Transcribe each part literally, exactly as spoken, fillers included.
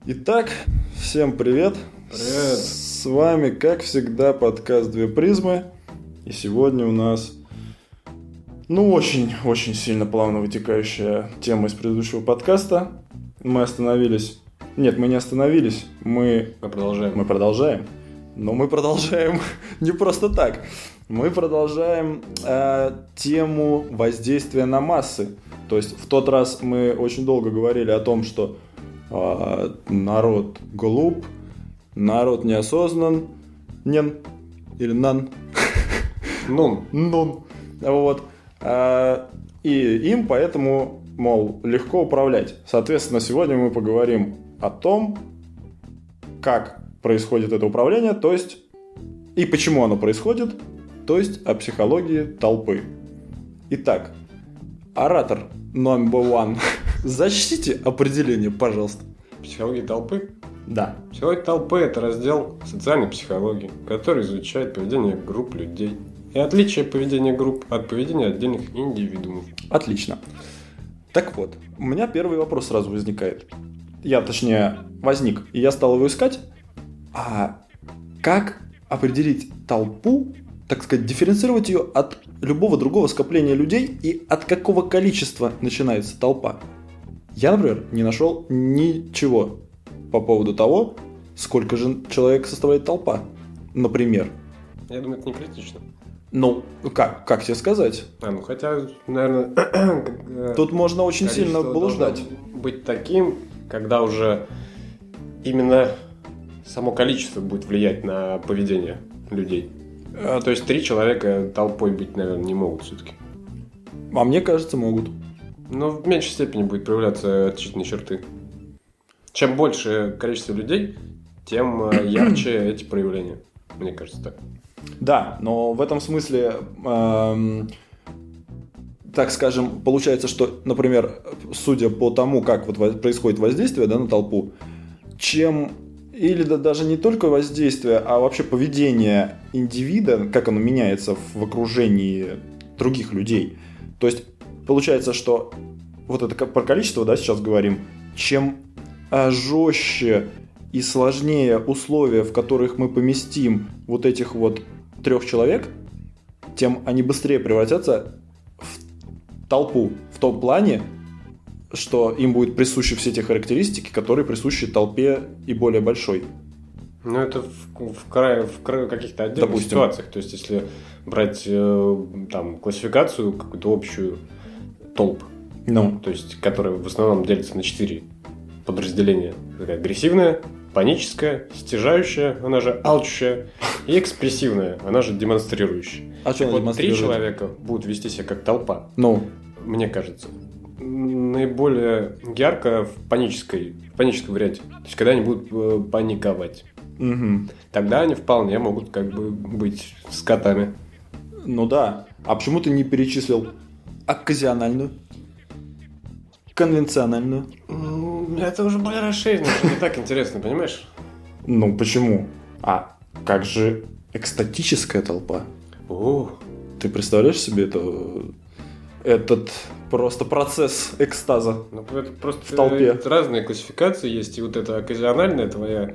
Итак, всем привет. Привет. С вами, как всегда, подкаст «Две призмы». И сегодня у нас, ну, очень-очень сильно плавно вытекающая тема из предыдущего подкаста. Мы остановились... Нет, мы не остановились. Мы, мы продолжаем. Мы продолжаем. Но мы продолжаем не просто так. Мы продолжаем э, тему воздействия на массы. То есть в тот раз мы очень долго говорили о том, что э, народ глуп, народ неосознан, нен или нан. Нун. Нун. Вот. Э, и им поэтому, мол, легко управлять. Соответственно, сегодня мы поговорим о том, как происходит это управление, то есть и почему оно происходит, то есть о психологии толпы. Итак, оратор номер один. Зачтите определение, пожалуйста. Психология толпы? Да. Психология толпы – это раздел социальной психологии, который изучает поведение групп людей и отличие поведения групп от поведения отдельных индивидуумов. Отлично. Так вот, у меня первый вопрос сразу возникает. Я, точнее, возник, и я стал его искать. А как определить толпу, так сказать, дифференцировать ее от любого другого скопления людей и от какого количества начинается толпа? Я, например, не нашел ничего по поводу того, сколько же человек составляет толпа, например. Я думаю, это не критично. Ну, как, как тебе сказать? А, ну хотя, наверное... Тут можно очень сильно блуждать. Быть таким, когда уже именно само количество будет влиять на поведение людей. А, то есть три человека толпой быть, наверное, не могут все-таки. А мне кажется, могут. Но в меньшей степени будет проявляться отличительные черты. Чем больше количество людей, тем ярче эти проявления. Мне кажется так. Да, но в этом смысле, эм, так скажем, получается, что, например, судя по тому, как вот происходит воздействие, да, на толпу, чем... Или да, даже не только воздействие, а вообще поведение индивида, как оно меняется в окружении других людей. То есть получается, что вот это про количество, да, сейчас говорим, чем а, жестче и сложнее условия, в которых мы поместим вот этих вот трех человек, тем они быстрее превратятся в толпу, в том плане, что им будут присущи все те характеристики, которые присущи толпе и более большой. Ну, это в, в, край, в край каких-то отдельных Допустим. ситуациях. То есть, если брать э, там, классификацию какую-то общую толп, ну. то есть, которая в основном делится на четыре подразделения. Такая агрессивная, паническая, стяжающая, она же алчущая, и экспрессивная, она же демонстрирующая. А что она вот три демонстрирует? человека будут вести себя как толпа, Ну. мне кажется. Наиболее ярко в панической, в паническом варианте. То есть, когда они будут э, паниковать. Угу. Тогда они вполне могут как бы быть скотами. Ну да. А почему ты не перечислил оказиональную? Конвенциональную? Это уже более расширенно, это не так интересно, понимаешь? Ну почему? А как же экстатическая толпа? О, Ты представляешь себе это, этот просто процесс экстаза? ну это просто в толпе. Разные классификации есть, и вот эта оказиональная твоя,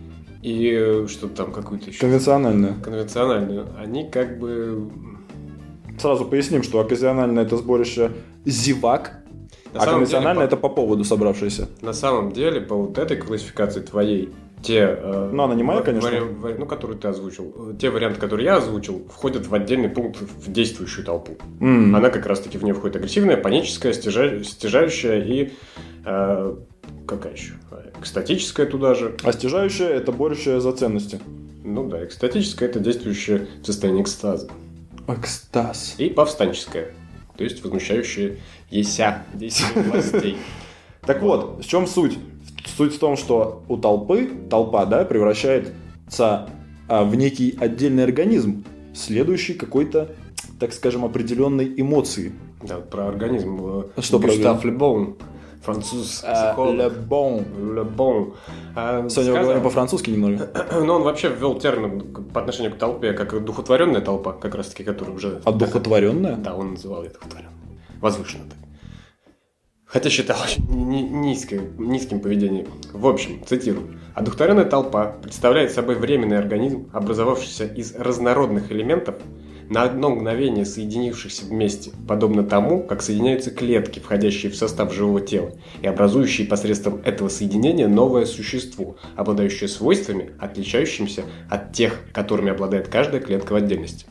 и что-то там какую-то еще Конвенциональная. конвенциональную, они как бы... Сразу поясним, что оказиональное — это сборище зевак, На а самом конвенциональное — деле, это по поводу собравшиеся. На самом деле, по вот этой классификации твоей, те... э, Ну, она не моя, ва- конечно. вари- вари- ну, которую ты озвучил. э, Те варианты, которые я озвучил, входят в отдельный пункт в действующую толпу. М. Она как раз-таки в нее входит агрессивная, паническая, стяжа- стяжающая и... э, какая еще? Экстатическая туда же. А стяжающее — это борющее за ценности. Ну да, экстатическая – это действующая в состоянии экстаза. Экстаз. И повстанческая, то есть возмущающая еся действия властей. Так вот, в чем суть? Суть в том, что у толпы, толпа, да, превращается а, в некий отдельный организм, следующий какой-то, так скажем, определенной эмоции. Да, вот про организм. Что про Гюстав Ле Бон, француз, психолог. Le bon. Le Bon. А, Сегодня мы говорим по-французски немного. Но он вообще ввел термин по отношению к толпе, как духотворенная толпа, как раз таки, которая уже... А духотворенная? Да, он называл ее духотворенной. Возвышенно так. хотя считал низкое, низким поведением. В общем, цитирую. «Одухотворенная толпа представляет собой временный организм, образовавшийся из разнородных элементов, на одно мгновение соединившихся вместе, подобно тому, как соединяются клетки, входящие в состав живого тела, и образующие посредством этого соединения новое существо, обладающее свойствами, отличающимися от тех, которыми обладает каждая клетка в отдельности».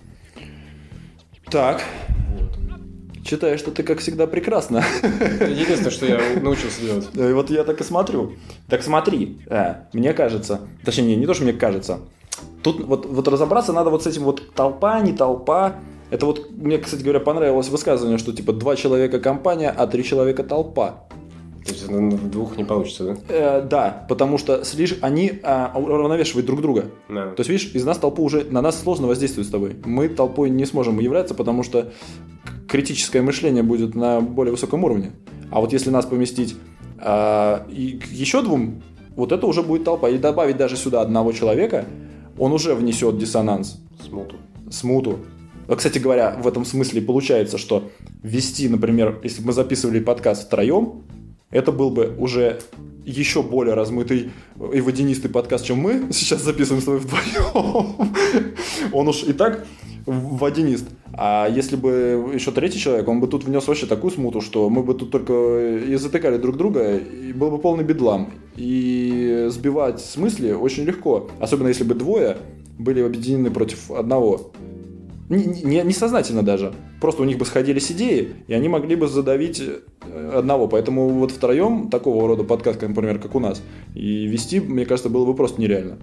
Так. Считаю, что ты, как всегда, прекрасно. Это единственное, что я научился делать. И вот я так и смотрю. Так смотри, э, мне кажется, точнее, не то, что мне кажется, тут вот, вот разобраться надо вот с этим вот толпа, не толпа. Это вот, мне, кстати говоря, понравилось высказывание, что типа два человека компания, а три человека толпа. То есть в двух не получится, да? Э, да, потому что слишком они а, уравновешивают друг друга. Да. То есть, видишь, из нас толпу уже, на нас сложно воздействовать с тобой. Мы толпой не сможем являться, потому что критическое мышление будет на более высоком уровне. А вот если нас поместить а, и к еще двум, вот это уже будет толпа. И добавить даже сюда одного человека, он уже внесет диссонанс. Смуту. Смуту. Кстати говоря, в этом смысле получается, что вести, например, если бы мы записывали подкаст втроем, это был бы уже еще более размытый и водянистый подкаст, чем мы сейчас записываем с тобой вдвоем. Он уж и так водянист. А если бы еще третий человек, он бы тут внес вообще такую смуту, что мы бы тут только и затыкали друг друга, и был бы полный бедлам. И сбивать с мысли очень легко. Особенно если бы двое были объединены против одного. Несознательно не, не даже. Просто у них бы сходились идеи, и они могли бы задавить одного. Поэтому вот втроем такого рода подкаст, например, как у нас, и вести, мне кажется, было бы просто нереально.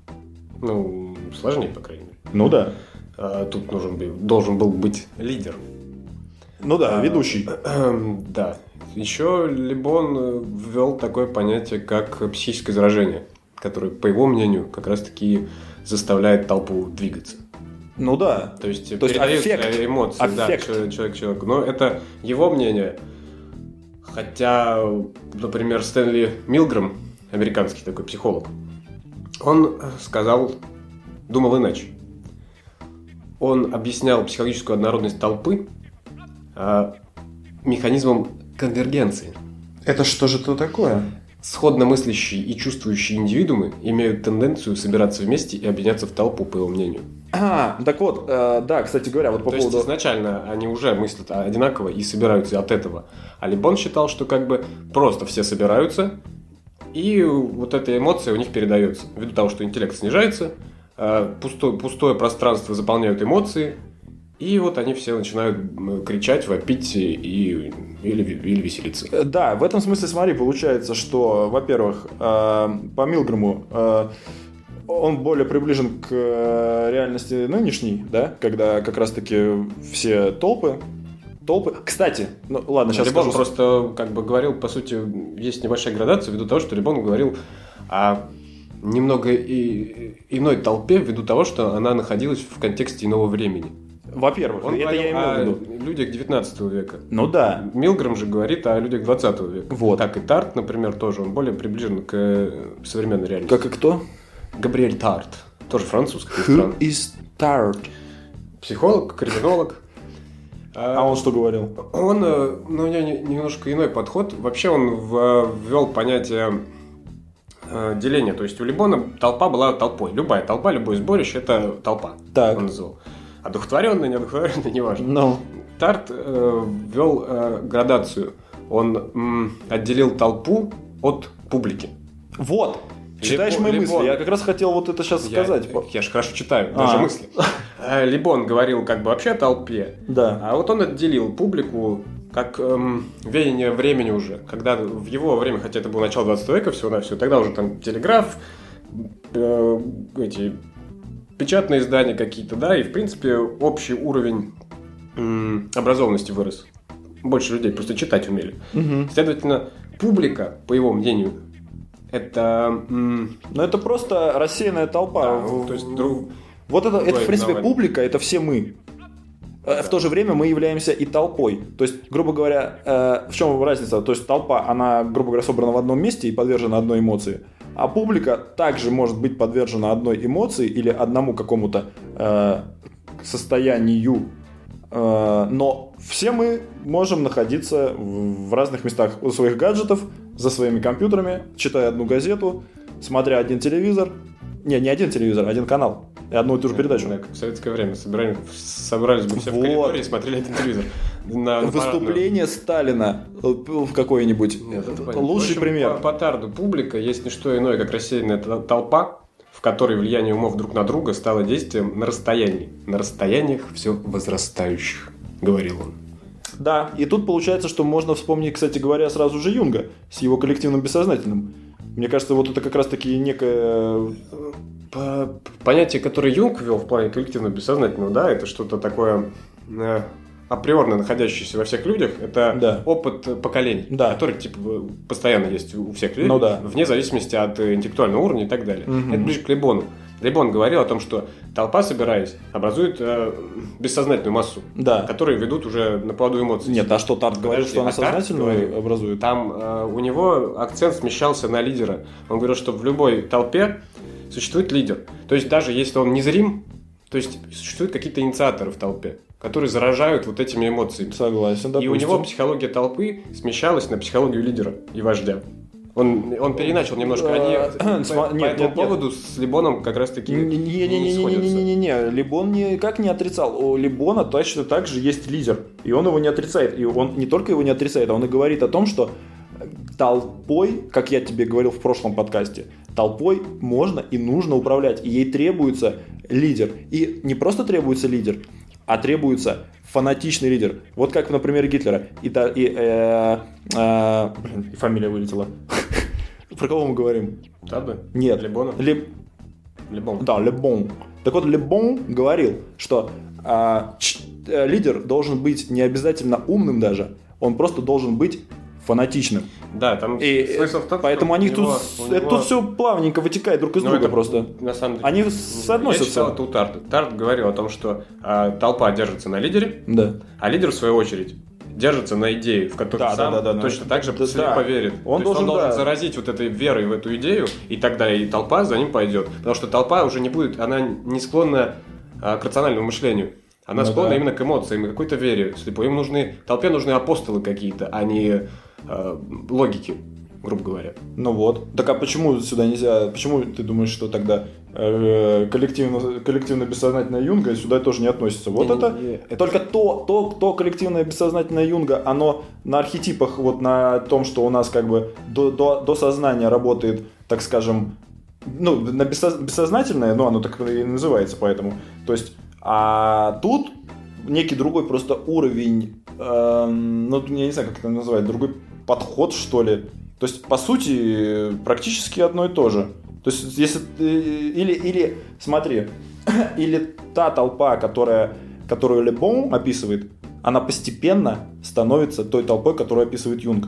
Ну, сложнее, по крайней мере. Ну да. А, тут нужен был, должен был быть лидер. Ну да, а, ведущий. Да. Еще Лебон ввел такое понятие, как психическое заражение, которое, по его мнению, как раз-таки заставляет толпу двигаться. Ну да. То есть, То есть аффект, эмоции, аффект. Да, человек к человеку. Но это его мнение. Хотя, например, Стэнли Милгрэм, американский такой психолог, он сказал, думал иначе. Он объяснял психологическую однородность толпы а, механизмом конвергенции. Это что же это такое? Сходно мыслящие и чувствующие индивидуумы имеют тенденцию собираться вместе и объединяться в толпу, по его мнению. А, так вот, э, да, кстати говоря, вот по То поводу... есть изначально они уже мыслят одинаково и собираются от этого. А Лебон считал, что как бы просто все собираются, и вот эта эмоция у них передается. Ввиду того, что интеллект снижается, пустое, пустое пространство заполняют эмоции, и вот они все начинают кричать, вопить и, или, или веселиться. Да, в этом смысле, смотри, получается, что, во-первых, э, по Милгрэму э, он более приближен к реальности нынешней, да, когда как раз-таки все толпы, толпы. Кстати, ну ладно, сейчас Лебон скажу. просто как бы говорил, по сути, есть небольшая градация ввиду того, что Лебон говорил о немного и, иной толпе ввиду того, что она находилась в контексте иного времени. Во-первых, он это я имею в виду. О людях девятнадцатого века. Ну да. Милгрэм же говорит о людях двадцатого века. Вот. Так и Тарт, например, тоже, он более приближен к современной реальности. Как и кто? Габриэль Тарт, тоже французский. Who is Tart? Психолог, криминолог. А он что говорил? Он, ну, у него немножко иной подход. Вообще он ввел понятие деления. То есть у Лебона толпа была толпой. Любая толпа, любое сборище – это толпа. Так. Он называл. Одухотворенная, неодухотворенная, неважно. No. Тарт э, ввел э, градацию. Он м, отделил толпу от публики. Вот. Читаешь Лебон, мои Лебон. мысли. Я как раз хотел вот это сейчас Я, сказать. Я же хорошо читаю, даже А. мысли. Лебон говорил как бы вообще о толпе. Да. А вот он отделил публику как эм, веяние времени уже. Когда в его время, хотя это было начало двадцатого века всего-навсего, тогда уже там телеграф, э, эти... печатные издания какие-то, да, и, в принципе, общий уровень м, образованности вырос. Больше людей просто читать умели. Угу. Следовательно, публика, по его мнению, это... М, Но это просто рассеянная толпа. да, то есть, друг... Вот это, это, в принципе, именование. публика, это все мы. Да. В то же время мы являемся и толпой. То есть, грубо говоря, э, в чем разница? То есть, толпа, она, грубо говоря, собрана в одном месте и подвержена одной эмоции. А публика также может быть подвержена одной эмоции или одному какому-то э, состоянию, э, но все мы можем находиться в разных местах у своих гаджетов, за своими компьютерами, читая одну газету, смотря один телевизор. Не, не один телевизор, один канал. И одну и ту же передачу. Да, как в советское время. Собирали, собрались бы все вот. в коридоре и смотрели один телевизор. На, на Выступление Сталина в какой-нибудь. Нет, лучший общем, пример. По, по Тарду публика есть не что иное, как рассеянная толпа, в которой влияние умов друг на друга стало действием на расстоянии. На расстояниях все возрастающих, говорил он. Да, и тут получается, что можно вспомнить, кстати говоря, сразу же Юнга с его коллективным бессознательным. Мне кажется, вот это как раз-таки некое... Понятие, которое Юнг ввел в плане коллективного бессознательного, да, это что-то такое э, априорно находящееся во всех людях, это да. опыт поколений, да. который типа постоянно есть у всех людей, ну, да. вне зависимости от интеллектуального уровня и так далее. Угу. Это ближе к Лебону. Лебон говорил о том, что толпа, собираясь, образует э, бессознательную массу, да. которые ведут уже на поводу эмоций. Нет, а что Тарт говорил, что она сознательную образует? Там э, у него акцент смещался на лидера. Он говорил, что в любой толпе существует лидер. То есть даже если он незрим, то есть существуют какие-то инициаторы в толпе, которые заражают вот этими эмоциями. Согласен, допустим. И у него психология толпы смещалась на психологию лидера и вождя. Он, он переначал немножко. Они по, по этому нет, поводу нет. с Лебоном как раз-таки не, не, не сходятся. Не-не-не, Лебон никак не отрицал. У Лебона точно так же есть лидер. И он его не отрицает. И он не только его не отрицает, а он и говорит о том, что толпой, как я тебе говорил в прошлом подкасте, толпой можно и нужно управлять. И ей требуется лидер. И не просто требуется лидер, а требуется фанатичный лидер. Вот как, например, Гитлера. И, та, и, э, э, блин, и фамилия вылетела. Про кого мы говорим? Тарда? Нет. Лебона? Леб... Лебон. Да, Лебон. Так вот, Лебон говорил, что э, ч- э, лидер должен быть не обязательно умным даже, он просто должен быть фанатичным. Да, там и смысл в том, поэтому они него, тут, него... это тут все плавненько вытекает друг из ну, друга это, просто. На самом деле, они соотносятся. Я читал это у Тарта. Тарт говорил о том, что а, толпа держится на лидере, да. а лидер в свою очередь держится на идее, в которую да, сам да, да, да, точно да, так же да, слепо да. верит. Он То должен, он должен да. заразить вот этой верой в эту идею, и тогда и толпа за ним пойдет. Потому что толпа уже не будет, она не склонна а, к рациональному мышлению. Она ну, склонна да. именно к эмоциям и какой-то вере слепой. Им нужны, толпе нужны апостолы какие-то, а не э, логики, грубо говоря. Ну вот. Так а почему сюда нельзя? Почему ты думаешь, что тогда э, коллективно, коллективно-бессознательное Юнга сюда тоже не относится? Вот не, это не, это только то, то, то коллективное бессознательное Юнга, оно на архетипах, вот на том, что у нас как бы до, до, до сознания работает, так скажем, ну, на бессознательное, но оно так и называется, поэтому. То есть, а тут некий другой просто уровень, э, ну, я не знаю, как это называть, другой подход, что ли. То есть, по сути, практически одно и то же. То есть, если или, или смотри, или та толпа, которая, которую Лебон описывает, она постепенно становится той толпой, которую описывает Юнг.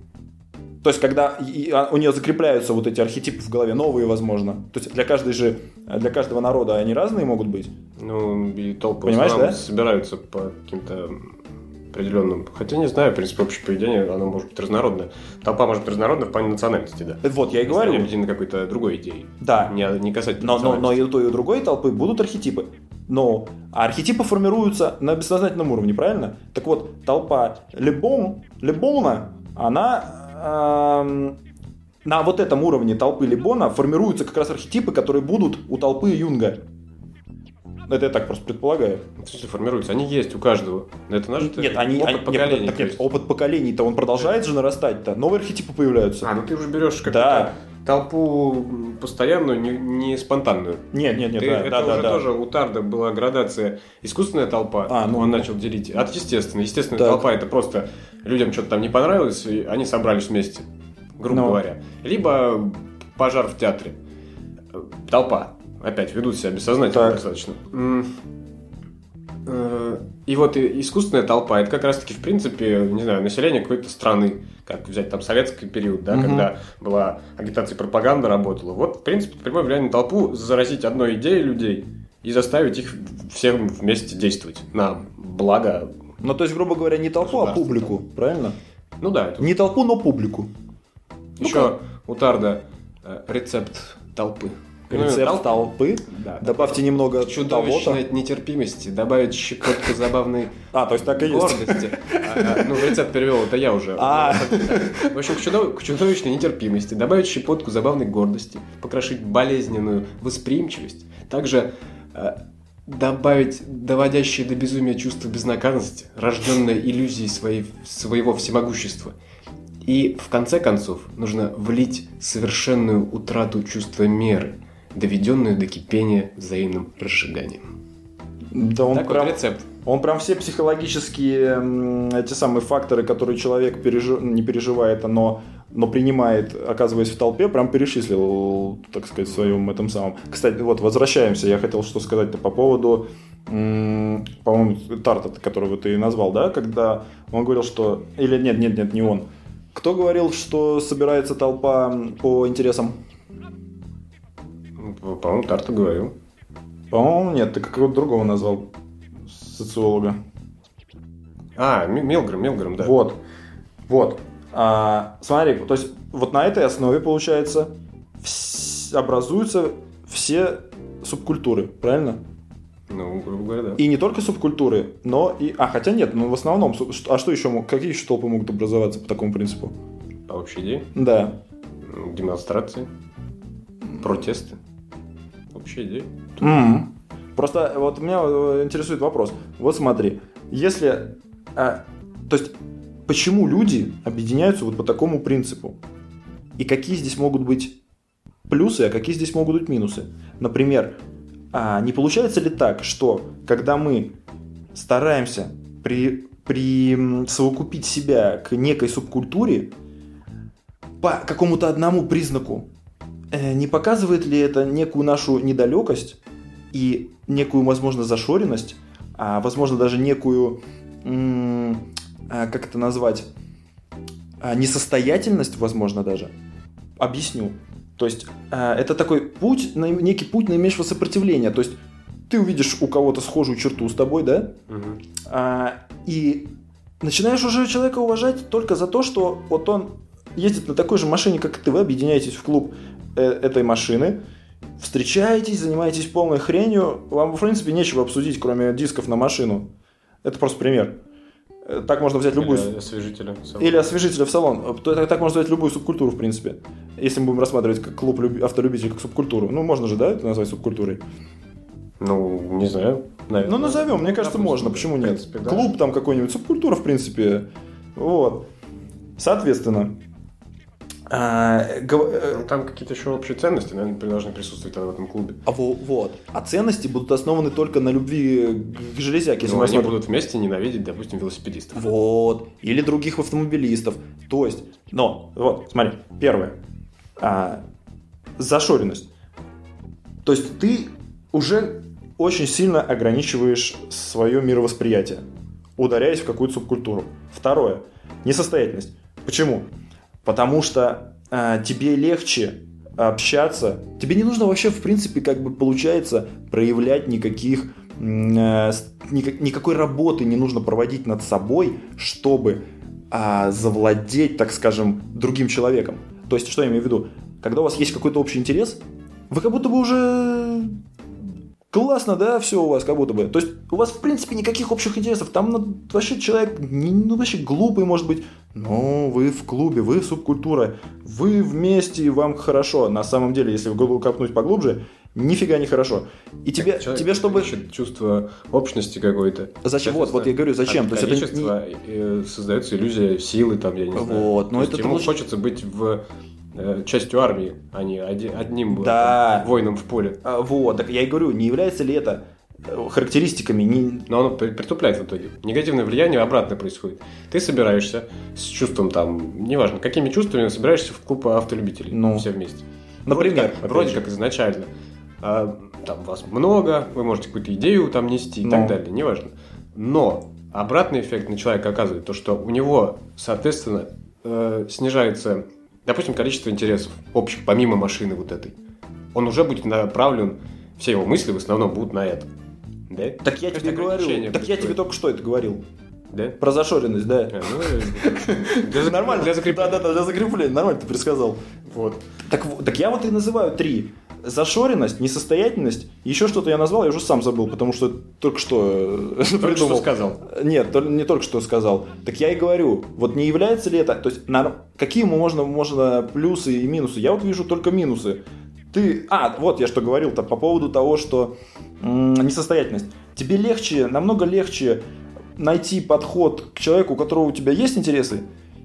То есть, когда у нее закрепляются вот эти архетипы в голове, новые, возможно. То есть, для каждой же, для каждого народа они разные могут быть. Ну, и толпы Понимаешь, да? собираются по каким-то определенным. Хотя не знаю, в принципе, общее поведение, оно может быть разнородное. Толпа может быть разнородна в плане национальности, да. Вот, я и говорю. Они объединены какой-то другой идеей. Да. Не, не касательно но, но, но и у той, и у другой толпы будут архетипы. Но а архетипы формируются на бессознательном уровне, правильно? Так вот, толпа Лебон, Лебона, она... на вот этом уровне толпы Лебона формируются как раз архетипы, которые будут у толпы Юнга. Это я так просто предполагаю. В смысле формируются? Они есть у каждого. Это наш нет, они, опыт они, поколений. Нет, нет, опыт поколений-то он продолжает же нарастать-то. Новые архетипы появляются. А, ну ты уже берешь какую-то да. толпу постоянную, не, не спонтанную. Нет, нет, нет. Ты, да, это да, уже да, тоже да. у Тарда была градация. Искусственная толпа, а, ну, он ну. начал делить. От естественной. Естественная так. толпа — это просто людям что-то там не понравилось, и они собрались вместе, грубо ну. говоря. Либо пожар в театре. Толпа. Опять ведут себя бессознательно так. достаточно. И вот искусственная толпа — это как раз-таки, в принципе, не знаю, население какой-то страны, как взять там советский период, да, угу. когда была агитация и пропаганда работала. Вот, в принципе, прямое влияние на толпу — заразить одной идеей людей и заставить их всем вместе действовать на благо. Ну, то есть, грубо говоря, не толпу, а публику, правильно? Ну да. Это... Не толпу, но публику. Еще ну, у Тарда рецепт толпы. Рецепт толпы. толпы. Да, Добавьте немного чудовищной того-то. нетерпимости, добавить щепотку забавной А, то есть так и есть. гордости. А, а, ну, рецепт перевел, это я уже. А. В общем, к, чудов... к чудовищной нетерпимости добавить щепотку забавной гордости, покрошить болезненную восприимчивость, также э, добавить доводящее до безумия чувство безнаказанности, рожденное иллюзией своей... своего всемогущества. И, в конце концов, нужно влить совершенную утрату чувства меры, доведенную до кипения взаимным разжиганием. Да он Так прям, вот рецепт. он прям все психологические м, эти самые факторы, которые человек пережи- не переживает, но, но принимает, оказываясь в толпе, прям перечислил, так сказать, в своем этом самом. Кстати, вот возвращаемся. Я хотел что сказать-то по поводу, м, по-моему, Тарта, которого ты назвал, да, когда он говорил, что... Или нет, нет, нет, не он. Кто говорил, что собирается толпа по интересам? По-моему, Тарта говорил. По-моему, нет, ты какого-то другого назвал социолога. А, Милгрэм, Милгрэм, да. Вот, вот. А, смотри, то есть вот на этой основе, получается, вс- образуются все субкультуры, правильно? Ну, грубо говоря, да. И не только субкультуры, но и... А, хотя нет, ну в основном... суб- А что еще? мог- Какие еще толпы могут образоваться по такому принципу? По общей идее. Да. Демонстрации, протесты. Общая идея. М. Просто вот меня э, интересует вопрос. Вот смотри, если... а, то есть, почему люди объединяются вот по такому принципу? И какие здесь могут быть плюсы, а какие здесь могут быть минусы? Например, а не получается ли так, что когда мы стараемся при, присовокупить себя к некой субкультуре по какому-то одному признаку, э, не показывает ли это некую нашу недалекость и некую, возможно, зашоренность, а возможно даже некую, м- а, как это назвать, а, несостоятельность, возможно даже? Объясню. То есть э, это такой путь, на- некий путь наименьшего сопротивления. То есть ты увидишь у кого-то схожую черту с тобой, да? Угу. А, и начинаешь уже человека уважать только за то, что вот он ездит на такой же машине, как и ты, вы объединяетесь в клуб э, этой машины, встречаетесь, занимаетесь полной хренью, вам, в принципе, нечего обсудить, кроме дисков на машину. Это просто пример. Э, Так можно взять любую... Или освежителя. Или освежителя в салон. То это так можно взять любую субкультуру, в принципе. Если мы будем рассматривать как клуб люб- автолюбителей, как субкультуру. Ну, можно же, да, это назвать субкультурой? Ну, не знаю. Наверное. Ну, назовем, мне кажется, Допустим, можно. да. Почему В нет? принципе, да. Клуб там какой-нибудь, субкультура, в принципе. Вот. Соответственно, а, гов- э, Ну, там какие-то еще общие ценности, наверное, должны присутствовать тогда в этом клубе. а во- вот. А ценности будут основаны только на любви к железяке. Если Ну, мы они рассматриваем- будут вместе ненавидеть, допустим, велосипедистов. Вот. Или других автомобилистов. То есть, но, вот, смотри, первое. А, зашоренность. То есть ты уже очень сильно ограничиваешь свое мировосприятие, ударяясь в какую-то субкультуру. Второе. Несостоятельность. Почему? Потому что а, тебе легче общаться. Тебе не нужно вообще, в принципе, как бы получается, проявлять никаких м, э, с- никак- никакой работы не нужно проводить над собой, чтобы а, завладеть, так скажем, другим человеком. То есть, что я имею в виду? Когда у вас есть какой-то общий интерес, вы как будто бы уже классно, да, все у вас как будто бы. То есть у вас в принципе никаких общих интересов. Там ну, вообще человек, не- ну вообще глупый может быть. Но вы в клубе, вы субкультура, вы вместе, и вам хорошо. На самом деле, если в голову копнуть поглубже, нифига не хорошо. И тебе, Человек тебе чтобы... ищет чувство общности какой-то. Зачем? Вот, вот я говорю, зачем? От То есть это не- количества э, создается иллюзия силы, там, я не знаю. Вот, но То есть это ему получ- хочется быть в э, частью армии, а не оди- одним Да. там, воином в поле. А, Вот, так я и говорю, не является ли это э, характеристиками не... Но оно при- притупляет в итоге. Негативное влияние обратно происходит. Ты собираешься с чувством там, неважно, какими чувствами собираешься в клуб автолюбителей. Ну. Все вместе. Например, Вроде как, опять вроде же. как изначально. А, там вас много, вы можете какую-то идею там нести и Ну. так далее, неважно. Но обратный эффект на человека оказывает то, что у него, соответственно, э, снижается, допустим, количество интересов общих, помимо машины вот этой. Он уже будет направлен, все его мысли в основном будут на это. Да? Так я То тебе есть говорю, ограничение так я тебе происходит. только что это говорил. Да? Про зашоренность, да. А, ну, э, для зак- Нормально. Для закрепления. Да, да, да, для закрепления. Нормально ты предсказал. Вот. Так, в- так я вот и называю три. зашоренность, несостоятельность, еще что-то я назвал, я уже сам забыл, потому что только что Только что сказал. Нет, не только что сказал. Так я и говорю, вот не является ли это... То есть, на, какие можно, можно плюсы и минусы? Я вот вижу только минусы. Ты... А, вот я что говорил-то по поводу того, что м- несостоятельность. Тебе легче, намного легче найти подход к человеку, у которого у тебя есть интересы,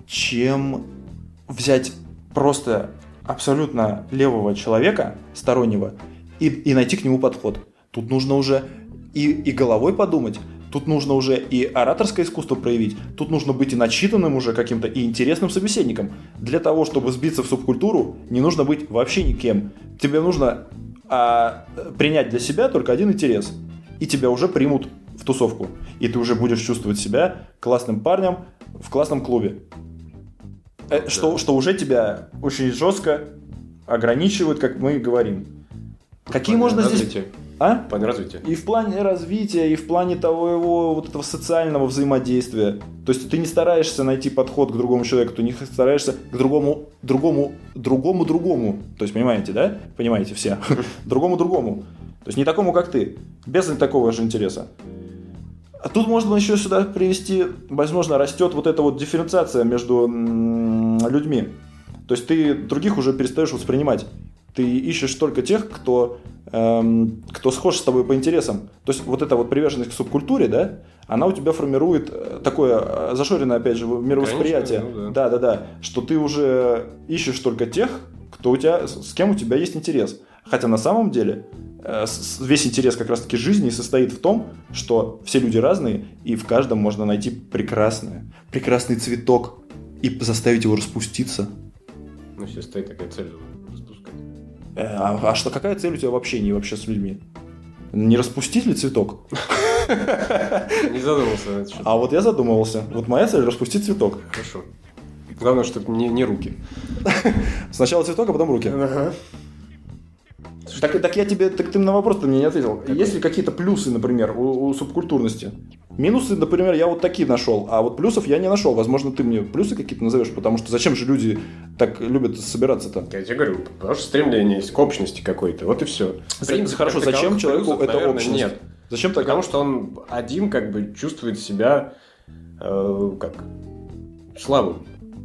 чем взять просто абсолютно левого человека, стороннего, и, и найти к нему подход. Тут нужно уже и, и головой подумать, тут нужно уже и ораторское искусство проявить, тут нужно быть и начитанным уже каким-то, и интересным собеседником. Для того, чтобы сбиться в субкультуру, не нужно быть вообще никем. Тебе нужно а, принять для себя только один интерес, и тебя уже примут в тусовку. И ты уже будешь чувствовать себя классным парнем в классном клубе. Да. Что, что уже тебя очень жестко ограничивает, как мы говорим. Какие можно здесь... А? В плане развития. И в плане развития, и в плане того его вот этого социального взаимодействия. То есть ты не стараешься найти подход к другому человеку, ты не стараешься к другому, другому, другому, другому. То есть, понимаете, да? Понимаете все. Другому, другому. То есть не такому, как ты. Без такого же интереса. А тут можно еще сюда привести, возможно, растет вот эта вот дифференциация между м- людьми. То есть ты других уже перестаешь воспринимать. Ты ищешь только тех, кто, эм, кто схож с тобой по интересам. То есть вот эта вот приверженность к субкультуре, да, она у тебя формирует такое зашоренное, опять же, мировосприятие. Ну, да. да, да, да. Что ты уже ищешь только тех, кто у тебя, с кем у тебя есть интерес. Хотя на самом деле весь интерес как раз-таки жизни состоит в том, что все люди разные, и в каждом можно найти прекрасное, прекрасный цветок и заставить его распуститься. Ну, сейчас стоит такая цель распускать. А, а что, какая цель у тебя в общении вообще с людьми? Не распустить ли цветок? Не задумывался. А вот я задумывался. Вот моя цель — распустить цветок. Хорошо. Главное, чтобы не, не руки. Сначала цветок, а потом руки. Ага. Так, так я тебе, так ты на вопрос-то мне не ответил. Какой? Есть ли какие-то плюсы, например, у, у субкультурности? Минусы, например, я вот такие нашел, а вот плюсов я не нашел. Возможно, ты мне плюсы какие-то назовешь, потому что зачем же люди так любят собираться-то? Я тебе говорю, потому что стремление есть к общности какой-то, вот и все. Принцип, хорошо, зачем человеку плюсов, это наверное, общность? Нет. Зачем так? Потому что он один как бы чувствует себя э, как слабым,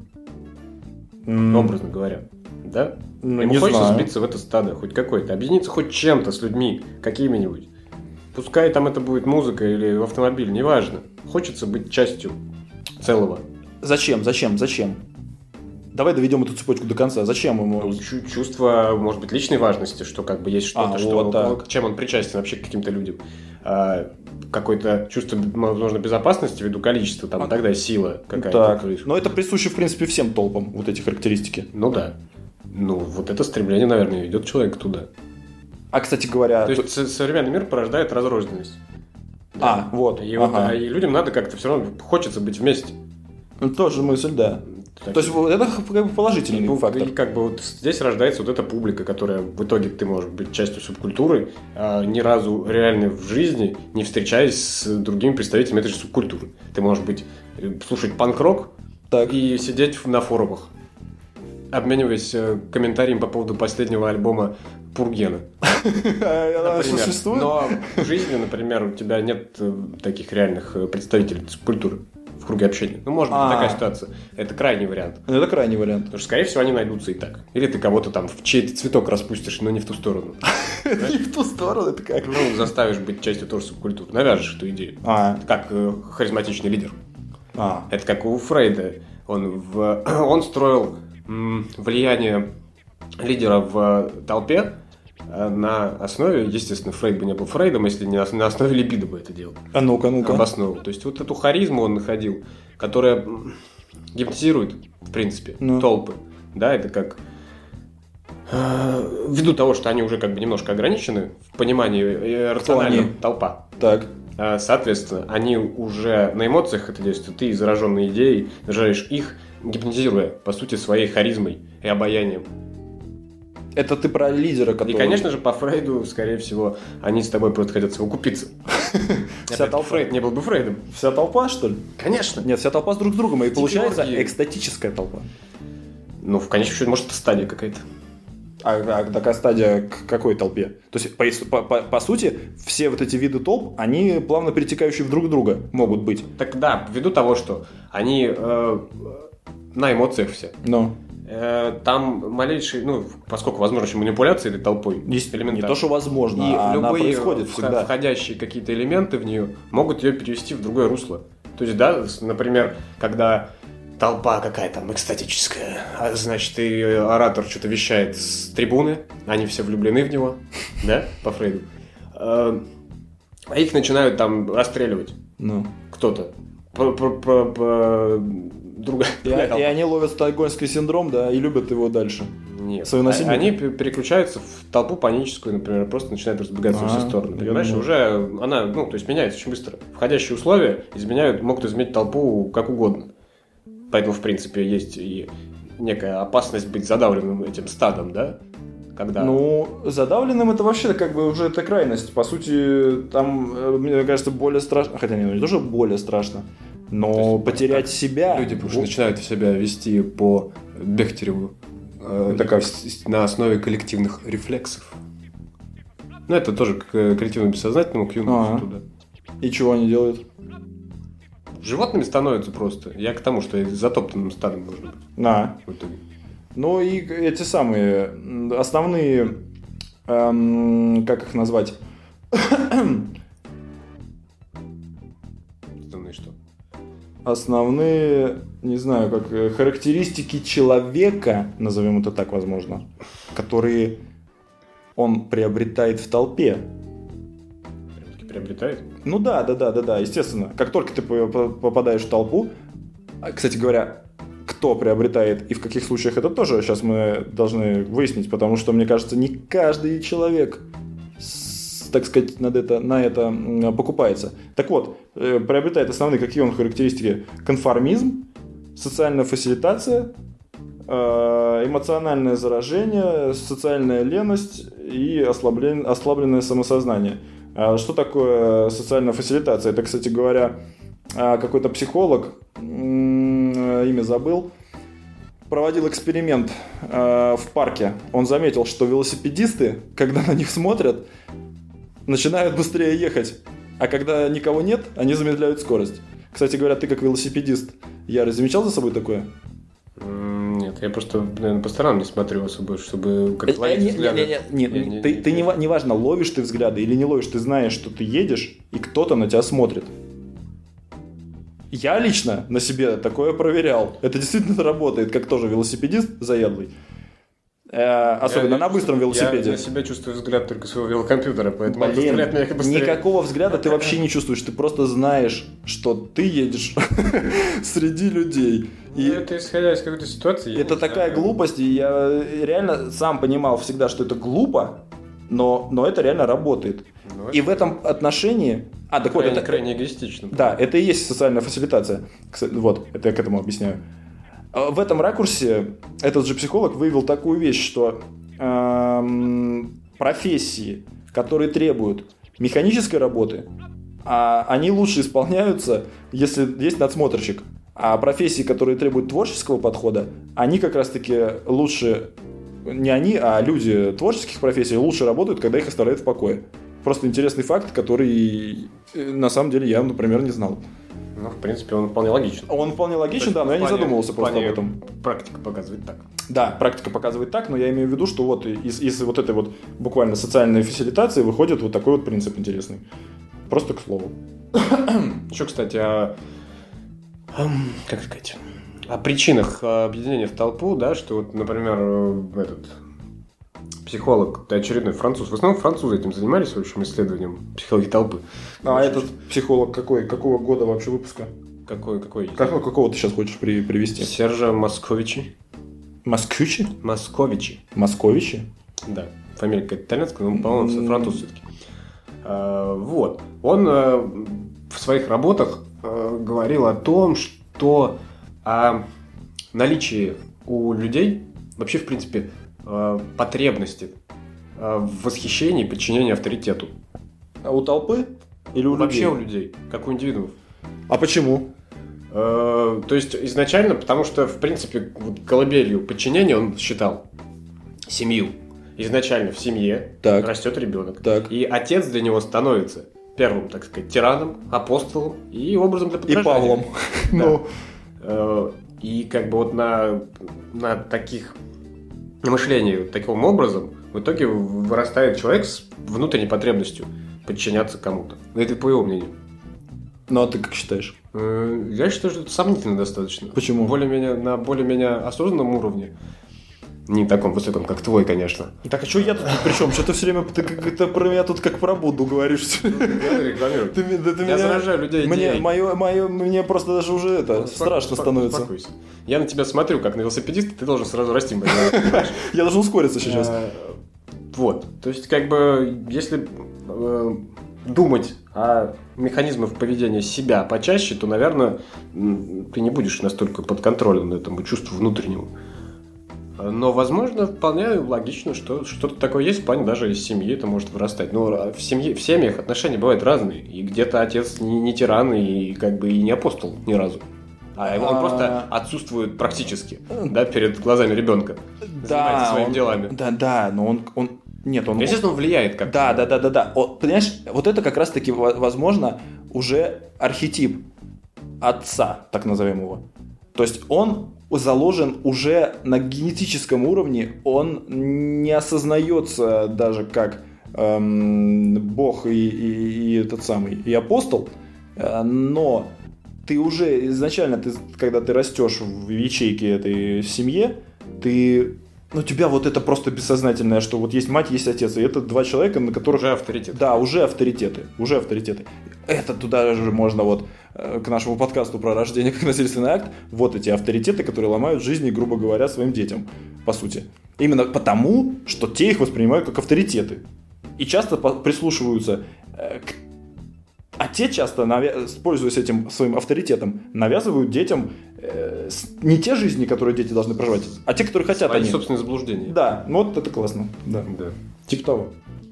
mm. образно говоря, да? Ну, Ему не хочется знаю. сбиться в это стадо, хоть какой-то, объединиться хоть чем-то с людьми, какими-нибудь. Пускай там это будет музыка или автомобиль, неважно. Хочется быть частью целого. Зачем? Зачем? Зачем? Давай доведем эту цепочку до конца. Зачем ему? Ну, чувство, может быть, личной важности, что как бы есть что-то, а, что вот так. Чем он причастен вообще к каким-то людям. А, какое-то чувство, возможно, безопасности ввиду количества, там, а, тогда сила какая-то. Так, но это присуще, в принципе, всем толпам, вот эти характеристики. Ну да. Ну, вот это стремление, наверное, ведет человека туда. А, кстати говоря... То есть то... современный мир порождает разрозненность. А, да. вот. И, ага. вот, и людям надо как-то все равно хочется быть вместе. Тоже мысль, да. Так. То есть вот это как бы положительный и, фактор. И как бы вот здесь рождается вот эта публика, которая в итоге ты можешь быть частью субкультуры, а ни разу реально в жизни не встречаясь с другими представителями этой же субкультуры. Ты можешь быть слушать панк-рок так. и сидеть на форумах, обмениваясь комментариями по поводу последнего альбома Пургена. Например. Но в жизни, например, у тебя нет таких реальных представителей субкультуры в круге общения. Ну, может быть, такая ситуация. Это крайний вариант. Это крайний вариант. Потому что, скорее всего, они найдутся и так. Или ты кого-то там в чей-то цветок распустишь, но не в ту сторону. Не в ту сторону? Это как? Ну, заставишь быть частью тоже субкультуры. Навяжешь эту идею. Как харизматичный лидер. Это как у Фрейда. Он строил влияние лидера в толпе на основе, естественно, Фрейд бы не был Фрейдом, если не на основе либидо бы это делал. А ну-ка, ну-ка. Обосновывал. То есть вот эту харизму он находил, которая гипнотизирует, в принципе, ну. толпы. Да, это как... Ввиду того, что они уже как бы немножко ограничены в понимании рационального толпа. Так. Соответственно, они уже на эмоциях это действуют. Ты, зараженный идеей, заражаешь их, гипнотизируя, по сути, своей харизмой и обаянием. Это ты про лидера, который... И, конечно же, по Фрейду, скорее всего, они с тобой просто хотят совокупиться. Вся толпа. Фрейд не был бы Фрейдом. Вся толпа, что ли? Конечно. Нет, вся толпа с друг с другом, и получается экстатическая толпа. Ну, в конечном счете, может, это стадия какая-то. А, а такая стадия к какой толпе? То есть, по, по, по сути, все вот эти виды толп, они плавно перетекающие в друг друга могут быть. Так да, ввиду того, что они э, на эмоциях все. Но. Э, там малейший, ну, поскольку возможно еще манипуляция этой толпой, элементарно. Не то, что возможно, и а любые она происходит всегда. Входящие какие-то элементы в нее могут ее перевести в другое русло. То есть, да, например, когда толпа какая-то экстатическая, а значит, и оратор что-то вещает с трибуны, они все влюблены в него, да, по Фрейду, а их начинают там расстреливать. Ну. Кто-то. По друга. И, и они ловят стокгольмский синдром, да, и любят его дальше. Нет. Они переключаются в толпу паническую, например, просто начинают разбегаться во все стороны. Понимаешь, уже она, ну, то есть меняется очень быстро. Входящие условия изменяют, могут изменить толпу как угодно. Поэтому, в принципе, есть и некая опасность быть задавленным этим стадом, да? Когда... Ну, задавленным это вообще как бы уже это крайность. По сути, там, мне кажется, более страшно. Хотя не, ну, не то, что более страшно, но есть, потерять себя... Люди уже начинают себя вести по Бехтереву. Это как? На основе коллективных рефлексов. Ну, это тоже к коллективному бессознательному, к Юнгу туда. И чего они делают? Животными становятся просто. Я к тому, что затоптанным стадом можно быть. Да. Ну и эти самые основные, эм, как их назвать? Основные что? Основные, не знаю, как характеристики человека, назовем это так, возможно, которые он приобретает в толпе. Приобретает? Ну да, да, да, да, да, естественно. Как только ты попадаешь в толпу, кстати говоря, кто приобретает и в каких случаях, это тоже сейчас мы должны выяснить, потому что, мне кажется, не каждый человек, так сказать, на это, на это покупается. Так вот, приобретает основные, какие он характеристики: конформизм, социальная фасилитация, эмоциональное заражение, социальная леность и ослаблен... ослабленное самосознание. Что такое социальная фасилитация? Это, кстати говоря, какой-то психолог, имя забыл, проводил эксперимент в парке. Он заметил, что велосипедисты, когда на них смотрят, начинают быстрее ехать, а когда никого нет, они замедляют скорость. Кстати говоря, ты как велосипедист, Ярый, замечал за собой такое? Нет, я просто, наверное, по сторонам не смотрю особо, чтобы как ловить взгляды. Нет, нет, ты, ты не, не важно, ловишь ты взгляды или не ловишь, ты знаешь, что ты едешь, и кто-то на тебя смотрит. Я лично на себе такое проверял. Это действительно работает, как тоже велосипедист заядлый. Э, особенно я, на быстром велосипеде. Я на себя чувствую взгляд только своего велокомпьютера, поэтому Блин, никакого взгляда ты вообще не чувствуешь. Ты просто знаешь, что ты едешь среди людей. И ну, это исходя из какой-то ситуации. Это такая знаю. глупость, и я реально сам понимал всегда, что это глупо, но, но это реально работает. Ну, и это... в этом отношении... А, так крайне, вот, это крайне эгоистично. Да, это и есть социальная фасилитация. Вот, это я к этому объясняю. В этом ракурсе этот же психолог выявил такую вещь, что эм, профессии, которые требуют механической работы, а, они лучше исполняются, если есть надсмотрщик. А профессии, которые требуют творческого подхода, они как раз-таки лучше, не они, а люди творческих профессий лучше работают, когда их оставляют в покое. Просто интересный факт, который на самом деле я, например, не знал. Ну, в принципе, он вполне логичен. Он вполне логичен, да, но я не задумывался просто об этом. Практика показывает так. Да, практика показывает так, но я имею в виду, что вот из, из вот этой вот буквально социальной фасилитации выходит вот такой вот принцип интересный. Просто к слову. Еще, кстати, о... как сказать, о причинах объединения в толпу, да, что вот, например, этот психолог, да, очередной француз, в основном французы этим занимались, в общем, исследованием психологии толпы. А очень... этот психолог какой, какого года вообще выпуска? Какой, какой? Какого, какого ты сейчас хочешь при, привести? Сержа Московичи. Московичи? Московичи. Московичи? Да, фамилия какая-то итальянская, но, по-моему, mm-hmm. француз все-таки. А, вот, он а, в своих работах а, говорил о том, что о наличии у людей вообще, в принципе, потребности в восхищении и подчинении авторитету. А у толпы или у Вообще людей? у людей, как у индивидуумов. А почему? То есть изначально, потому что, в принципе, вот колыбелью подчинения он считал семью. изначально в семье Так. растет ребенок. Так. И отец для него становится первым, так сказать, тираном, апостолом и образом для подражания. И Павлом. Да. Ну. Э, И как бы вот на, на таких на мышлении вот таким образом в итоге вырастает человек с внутренней потребностью подчиняться кому-то. Это по его мнению. Ну, а ты как считаешь? Э, Я считаю, что это сомнительно достаточно. Почему? Более-менее, на более-менее осознанном уровне. Не таком высоком, как твой, конечно. Так, а что я тут при чем? Что ты все время ты как-то про меня тут как про Будду говоришь? Я рекламирую. Ты, да, ты Я меня, заражаю людей мне, идеей. мое, мое, мне просто даже уже это Успок- страшно успок- становится. успокойся. Я на тебя смотрю, как на велосипедиста, ты должен сразу расти. Понимаешь? Я должен ускориться сейчас. Э, Вот. То есть, как бы, если э, думать о механизмах поведения себя почаще, то, наверное, м, ты не будешь настолько подконтролен этому чувству внутреннему. Но, возможно, вполне логично, что что-то такое есть в плане даже из семьи это может вырастать. Но в семье, в семьях отношения бывают разные. И где-то отец не, не тиран и как бы и не апостол ни разу. А он А. просто отсутствует практически, да, перед глазами ребенка. Занимается Да, своими он- делами. Да, да, но он, он нет, он. Естественно, он влияет как-то. Да, да, да, да, да. О, понимаешь, вот это как раз-таки, во- возможно, уже архетип отца, так назовем его. То есть он заложен уже на генетическом уровне, он не осознается даже как эм, Бог и, и- и этот самый, и апостол, э, но ты уже изначально, ты, когда ты растешь в ячейке этой семье, ты, ну, у тебя вот это просто бессознательное, что вот есть мать, есть отец, и это два человека, на которых... Уже авторитет. Да, уже авторитеты, уже авторитеты. Это туда же можно вот э, к нашему подкасту про рождение как насильственный акт, вот эти авторитеты, которые ломают жизни, грубо говоря, своим детям, по сути. Именно потому, что те их воспринимают как авторитеты. И часто по- прислушиваются э, к... А те часто, навя- пользуясь этим своим авторитетом, навязывают детям э, с- не те жизни, которые дети должны проживать, а те, которые хотят Свои они. собственные заблуждения. Да, ну вот это классно. Да. Да. Типа того.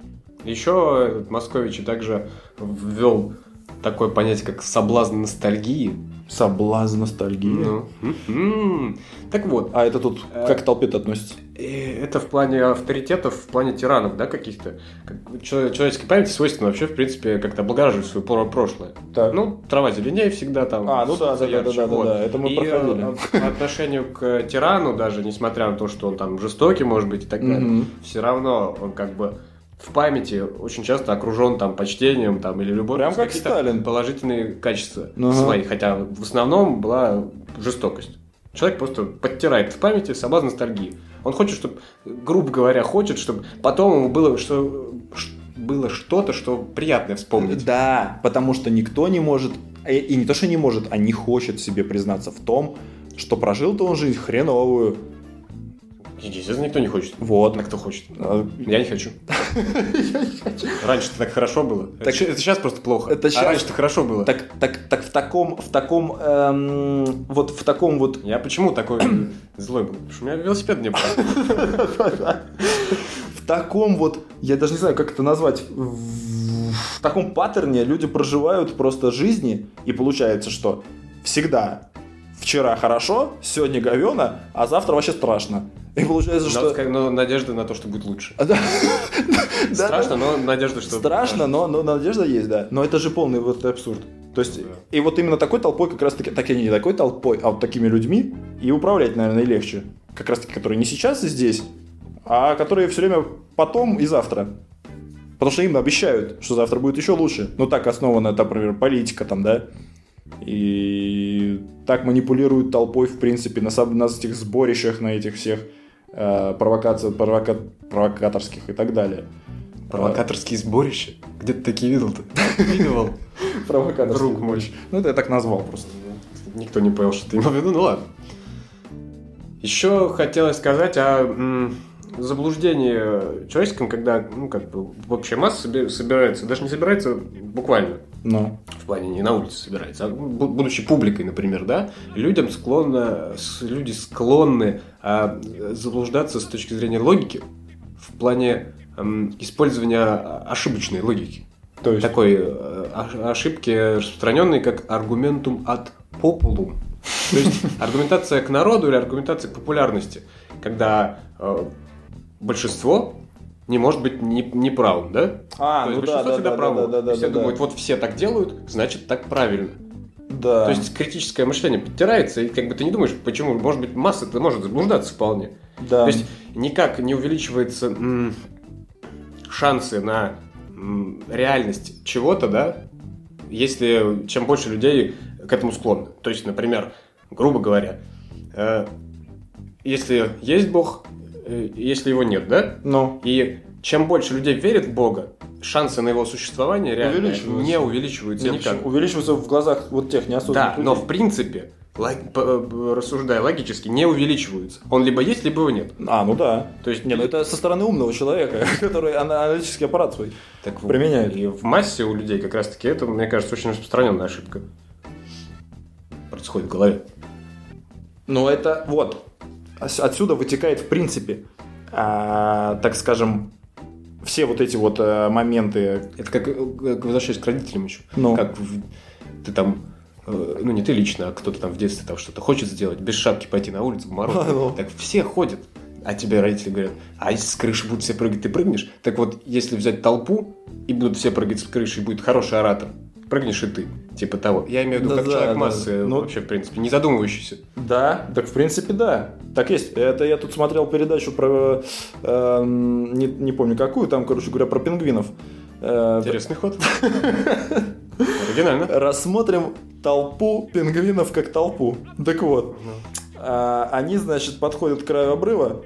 Еще этот Москович также ввел такое понятие, как соблазн ностальгии. Соблазн, ностальгия. Ну, м-м. Так вот, А это тут как к толпе-то относится? э, это в плане авторитетов, в плане тиранов, да, каких-то. Как чело- человеческой памяти свойственно вообще, в принципе, как-то облагораживать свое про- прошлое. Так. Ну, трава зеленее всегда там. А, ну да, да, да, ярче, да, да, вот. да, это мы И, проходили. э, по отношению к тирану, даже несмотря на то, что он там жестокий, может быть, и так далее, Мгм. все равно он как бы в памяти очень часто окружен там почтением там, или любовью. Прям То как есть какие-то Сталин. положительные качества Ага. свои, хотя в основном была жестокость. Человек просто подтирает в памяти соблазн ностальгии. Он хочет, чтобы, грубо говоря, хочет, чтобы потом ему было, что, ш- было что-то, что приятное вспомнить. Да, потому что никто не может, и и не то, что не может, а не хочет себе признаться в том, что прожил-то он жизнь хреновую. Естественно, никто не хочет. Вот. А кто хочет? А, Я не хочу. Раньше-то так хорошо было. Так- это, щ- это сейчас просто плохо. Это А щас- раньше-то хорошо было. Так, так, так в таком, в таком, эм, вот в таком вот Я почему такой злой был? Потому что у меня велосипед не было. в таком вот, я даже не знаю, как это назвать, в, в таком паттерне люди проживают просто жизни, и получается, что всегда вчера хорошо, сегодня говёно, а завтра вообще страшно. И получается, Надо что... сказать, но надежда на то, что будет лучше. А, да. Да, Страшно, да. но надежда, что... Страшно, но, но надежда есть, да. Но это же полный вот абсурд. То есть, Да. и вот именно такой толпой, как раз таки, так и не такой толпой, а вот такими людьми и управлять, наверное, и легче. Как раз таки, которые не сейчас и здесь, а которые все время потом и завтра. Потому что им обещают, что завтра будет еще лучше. Ну, так основана, например, политика там, да. И так манипулируют толпой, в принципе, на, соб- на этих сборищах, на этих всех э, провокациях, провока- провокаторских и так далее. Провокаторские сборища? Где ты такие видел-то? Видел. Провокаторских. Друг мой. Ну, это я так назвал просто. Никто не понял, что ты имел в виду, ну ладно. Еще хотелось сказать о м, заблуждении человеческом, когда, ну, как бы, общая масса соби- собирается, даже не собирается буквально, Ну. в плане не на улице собирается, а бу- будучи публикой, например, да, людям склонно, с- люди склонны а, заблуждаться с точки зрения логики в плане м, использования ошибочной логики. То есть... Такой э, ош- ошибки, распространенной как аргументум ad populum. То есть аргументация к народу или аргументация к популярности. Когда э, большинство не может быть не- неправым, да? А, То есть ну да, большинство да, всегда да, право. да, да, да, И все да, думают, да. вот все так делают, значит так правильно. Да. То есть критическое мышление подтирается, и как бы ты не думаешь, почему, может быть, масса-то может заблуждаться вполне. Да. То есть никак не увеличиваются м, шансы на м, реальность чего-то, да, если чем больше людей к этому склонны. То есть, например, грубо говоря, э, если есть Бог, э, если его нет, да, Ну, и чем больше людей верит в Бога, шансы на его существование реально Увеличиваются. не увеличиваются нет, никак. почему? Увеличивается в глазах вот тех неосознанных Да, людей. но в принципе, лог- по- рассуждая логически, не увеличиваются. Он либо есть, либо его нет. А, ну да. То есть, Не, ну это со стороны умного человека, который ана- аналитический аппарат свой так вот, применяет. И в массе у людей как раз-таки это, мне кажется, очень распространенная ошибка происходит в голове. Но это вот. Ос- Отсюда вытекает, в принципе, а, так скажем, все вот эти вот а, моменты. Это как, э, как возвращаясь к родителям еще. Ну. Как в- ты там, э, ну не ты лично, а кто-то там в детстве там что-то хочет сделать, без шапки пойти на улицу в мороз. А, ну. Так все ходят. А тебе родители говорят, а если с крыши будут все прыгать, ты прыгнешь? Так вот, если взять толпу, и будут все прыгать с крыши, и будет хороший оратор, прыгнешь и ты. Типа того. Я имею в виду, Да, как да, человек да. массы, Ну. вообще, в принципе, не задумывающийся. Да, так в принципе да. Так есть. Это я тут смотрел передачу про, э, не, не помню какую, там, короче говоря, про пингвинов. Э, Интересный ход. Оригинально. Рассмотрим толпу пингвинов как толпу. Так вот, а, они, значит, подходят к краю обрыва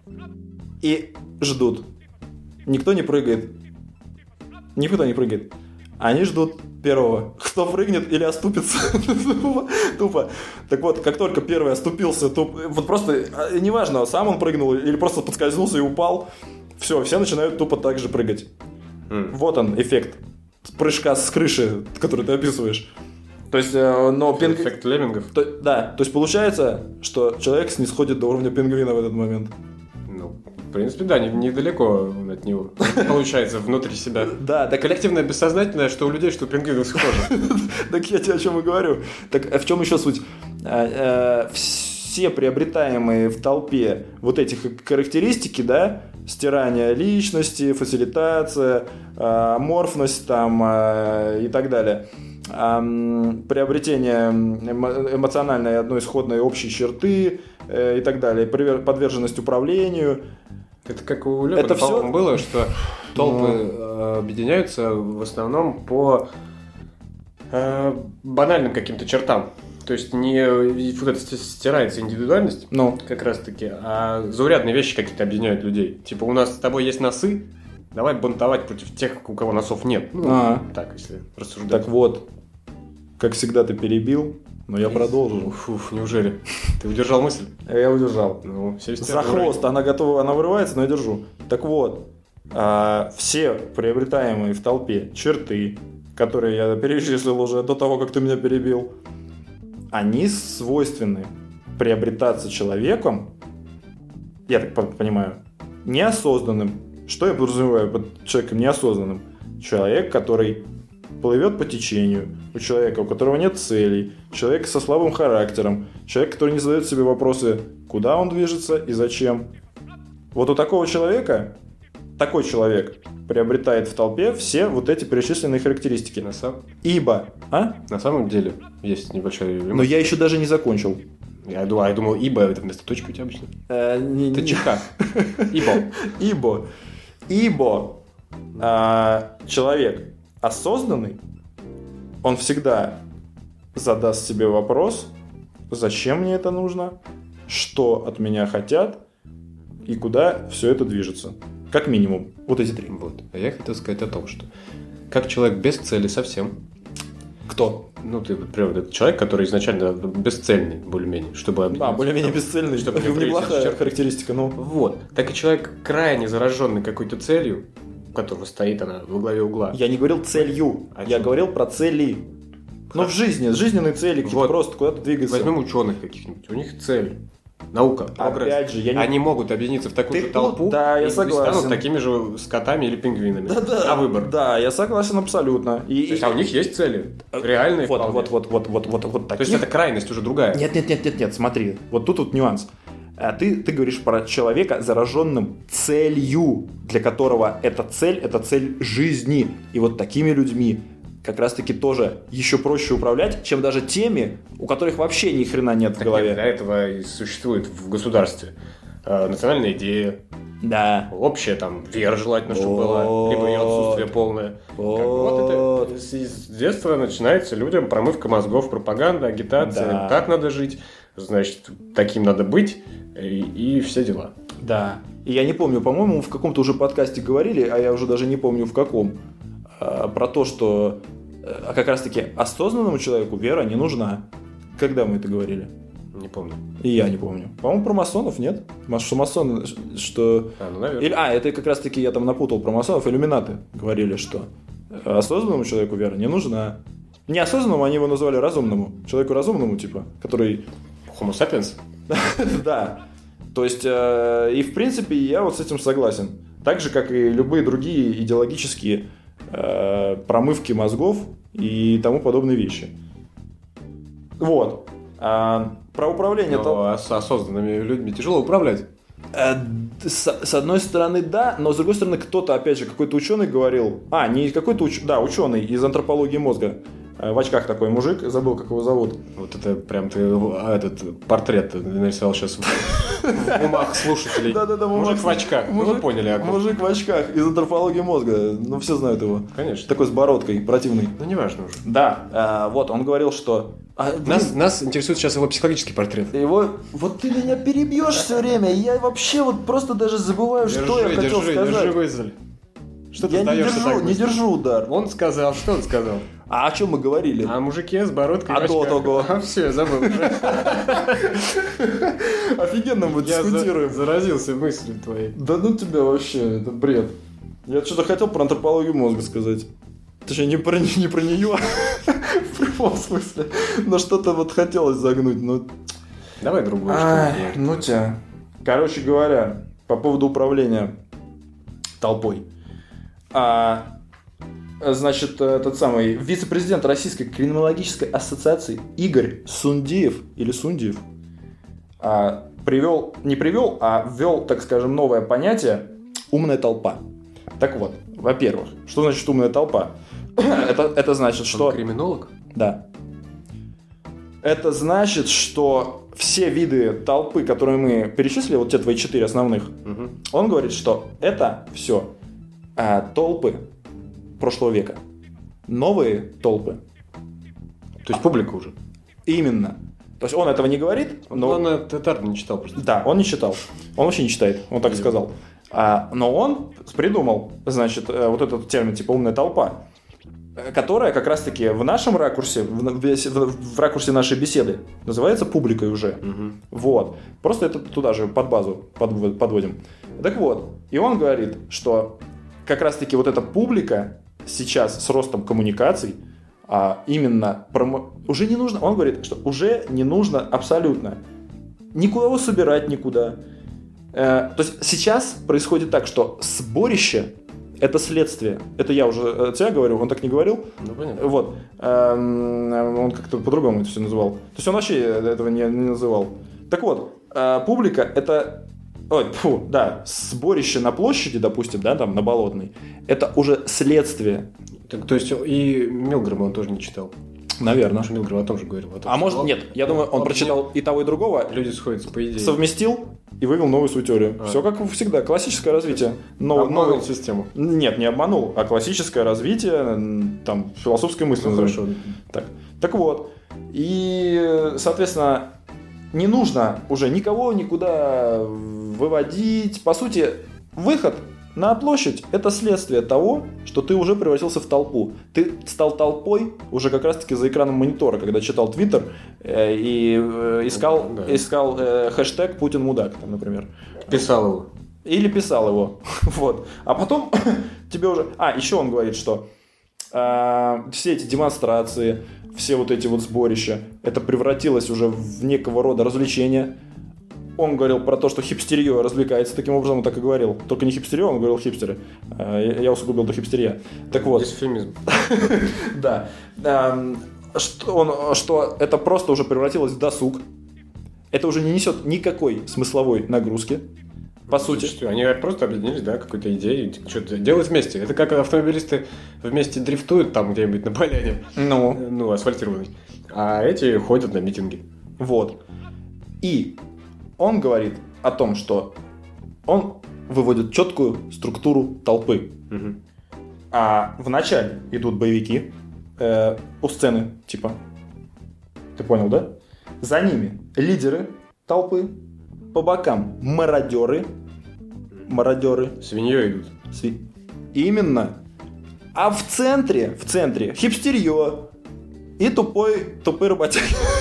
и ждут. Никто не прыгает. Никто не прыгает. Они ждут первого. Кто прыгнет или оступится. Тупо. Тупо. Так вот, как только первый оступился, туп- вот просто, а, неважно, сам он прыгнул или просто подскользнулся и упал, все, все начинают тупо так же прыгать. М. Вот он, эффект прыжка с крыши, который ты описываешь. То есть, э, но пинг... Эффект леммингов. То- да, то есть получается, что человек снисходит до уровня пингвина в этот момент. Ну, в принципе, да, не- недалеко от него. Получается, внутри себя. Да, так, Коллективное бессознательное, что у людей, что у пингвинов схоже. так я тебе о чем и говорю. Так а в чем еще суть? А, э, Все приобретаемые в толпе вот эти х- характеристики, да, стирание личности, фасилитация, э, аморфность там э, и так далее, ам, приобретение эмо- эмоциональной одной исходной общей черты э, и так далее, привер- подверженность управлению. Это как у Лёва Это на Павловом всё? было, что толпы Ну. э, объединяются в основном по э, банальным каким-то чертам. То есть не вот это стирается индивидуальность, Ну, как раз таки, а заурядные вещи какие-то объединяют людей. Типа у нас с тобой есть носы, давай бунтовать против тех, у кого носов нет. Ну, А. так, если рассуждать. так вот, как всегда ты перебил, но я продолжу. Уф, уф, неужели? Ты удержал мысль? Я удержал. Ну, За Севастьян, хвост она готова, она вырывается, но я держу. Так вот, а, все приобретаемые в толпе черты, которые я перечислил уже до того, как ты меня перебил, они свойственны приобретаться человеком, я так по- понимаю, неосознанным. Что я подразумеваю под человеком неосознанным? Человек, который плывет по течению, у человека, у которого нет целей, человек со слабым характером, человек, который не задает себе вопросы, куда он движется и зачем. Вот у такого человека, такой человек приобретает в толпе все вот эти перечисленные характеристики. На, сам- Ибо, а? на самом деле есть небольшая... Но я еще даже не закончил. Я думал, я думал, ибо это вместо точки у тебя обычно. Э, не- Это не- ЧК. Ибо. Ибо, ибо а, человек осознанный, он всегда задаст себе вопрос, зачем мне это нужно, что от меня хотят и куда все это движется. Как минимум, вот эти три. Вот. А я хотел сказать о том, что как человек без цели совсем, Кто? ну, ты, например, вот этот человек, который изначально бесцельный, более-менее, чтобы А, объединиться. более-менее бесцельный, Чтобы не неплохая проявить характеристика, ну. Вот. Так и человек, крайне зараженный какой-то целью, у которого стоит она во главе угла. Я не говорил целью, А я чем? говорил про цели. Ну, в жизни, жизненные цели, какие-то Вот. просто куда-то двигаться. Возьмем ученых каких-нибудь, у них цель. Наука, прогресс. Опять же, я не... Они могут объединиться в такую Ты же толпу тут- да, я и согласен. станут такими же скотами или пингвинами. Да-да, А выбор? Да, я согласен абсолютно. И, То есть, а у них есть цели? Реальные вот, вполне. вот, вот, вот, вот, вот, вот То таких... есть это крайность уже другая. Нет, нет, нет, нет, нет, смотри, вот тут вот нюанс. А ты, ты говоришь про человека, зараженным целью, для которого эта цель, это цель жизни. И вот такими людьми как раз-таки тоже еще проще управлять, чем даже теми, у которых вообще ни хрена нет в голове. Для этого и существует в государстве э, национальная идея, да. общая там вера желательно, чтобы была, либо ее отсутствие полное. Вот. Вот это с, с детства начинается людям промывка мозгов, пропаганда, агитация, Да. так надо жить, значит, таким надо быть и, и все дела. Да. И я не помню, по-моему, в каком-то уже подкасте говорили, а я уже даже не помню в каком, э, про то, что э, как раз-таки осознанному человеку вера не нужна. Когда мы это говорили? Не помню. И я не помню. По-моему, про масонов нет? Что масоны, что... А, ну, наверное. Или, а, это как раз-таки я там напутал про масонов. Иллюминаты говорили, что осознанному человеку вера не нужна. Неосознанному они его назвали разумному. Человеку разумному, типа, который... Homo sapiens? Да. То есть, э, и в принципе, я вот с этим согласен. Так же, как и любые другие идеологические э, промывки мозгов и тому подобные вещи. Вот. А, про управление... Но тол- а с осознанными людьми тяжело управлять. Э, С, с одной стороны, да, но с другой стороны, кто-то, опять же, какой-то ученый говорил, а, не какой-то уч... да, ученый из антропологии мозга, э, в очках такой мужик, забыл, как его зовут. Вот это прям ты а, этот портрет нарисовал сейчас в умах слушателей. Да-да-да, Мужик в очках. Ну, вы поняли, о ком. Мужик в очках из антропологии мозга, ну, все знают его. Конечно. Такой с бородкой, противный. Ну, неважно уже. Да, э, вот, он говорил, что... а, блин, Нас, нас интересует сейчас его психологический портрет. его... Вот ты меня перебьешь все время, и я вообще вот просто даже забываю, что я хотел держи, сказать. держи мысль. Что ты Я не сдаешься держу, так не быстро? держу удар. Он сказал, что он сказал? А о чем мы говорили? О мужике с бородкой А в очках. то-того. А все, я забыл уже. Офигенно мы Я дискутируем. за- заразился мыслью твоей. Да ну тебя вообще, это бред. Я что-то хотел про антропологию мозга сказать. Точнее, не про, не про нее, в прямом смысле. Но что-то вот хотелось загнуть. Но... Давай другое. Ай, что-нибудь. ну тебя. Короче говоря, по поводу управления толпой. А, значит, этот самый вице-президент Российской криминологической ассоциации Игорь Сундиев, или Сундиев, а, привел, не привел, а ввел, так скажем, новое понятие «умная толпа». Так вот, во-первых, что значит умная толпа? это, это значит, что... Он криминолог? Да. Это значит, что все виды толпы, которые мы перечислили, вот те твои четыре основных, Угу. он говорит, что это все а, толпы прошлого века. Новые толпы. То есть публика уже. Именно. То есть он этого не говорит, Он, но... он Татар не читал просто. Да, он не читал. Он вообще не читает, он так Видимо. сказал. А, но он придумал, значит, э, вот этот термин типа умная толпа, э, которая как раз-таки в нашем ракурсе, в, в- в- в ракурсе нашей беседы, называется публикой уже. Угу. Вот. Просто это туда же под базу подв- подводим. Так вот, и он говорит, что как раз-таки вот эта публика сейчас с ростом коммуникаций, а именно промо- уже не нужно, он говорит, что уже не нужно абсолютно никуда собирать никуда. Э, то есть сейчас происходит так, что сборище – это следствие. Это я уже от тебя говорю, он так не говорил. Ну, понятно. Вот. Эм, Он как-то по-другому это все называл. То есть он вообще этого не, не называл. Так вот, э, публика – это... Ой, фу, да, сборище на площади, допустим, да, там, на Болотной, это уже следствие, Так, то есть и Милгрэма он тоже не читал. наверное. Потому что Милгрэм о том же говорил. о том, А что может, он- нет, я думаю, он он прочитал и того, и другого, Люди сходятся по идее. совместил и вывел новую свою теорию. А. Все как всегда, классическое развитие. Но, Обманул новый- систему. Нет, не обманул, а классическое развитие, м, там, философской мысли. Ну, назовем. хорошо. Так. так вот, и, соответственно, не нужно уже никого никуда выводить. По сути, выход на площадь – это следствие того, что ты уже превратился в толпу. Ты стал толпой уже как раз-таки за экраном монитора, когда читал Твиттер э, и э, искал, Да. искал э, хэштег «Путин мудак», там, например. Писал его. Или писал его. Вот. А потом тебе уже... А, еще он говорит, что э, все эти демонстрации, все вот эти вот сборища, это превратилось уже в некого рода развлечение. Он говорил про то, что хипстерье развлекается таким образом, он так и говорил. Только не хипстерье, он говорил хипстеры. Э, Я я усугубил до хипстерья. Так вот. Дисфемизм. Да. Эм, Что, он, что это просто уже превратилось в досуг. Это уже не несет никакой смысловой нагрузки, по сути. Они просто объединились, да, какой-то идеей, что-то делают вместе. Это как автомобилисты вместе дрифтуют там где-нибудь на поляне, ну, ну асфальтированной, а эти ходят на митинги. Вот. И он говорит о том, что он выводит четкую структуру толпы. Угу. А вначале идут боевики э, у сцены, типа. Ты понял, да? За ними лидеры толпы, по бокам мародеры. Мародеры. Свиньей идут. Сви... Именно. А в центре, в центре хипстерье и тупой, тупой работяг.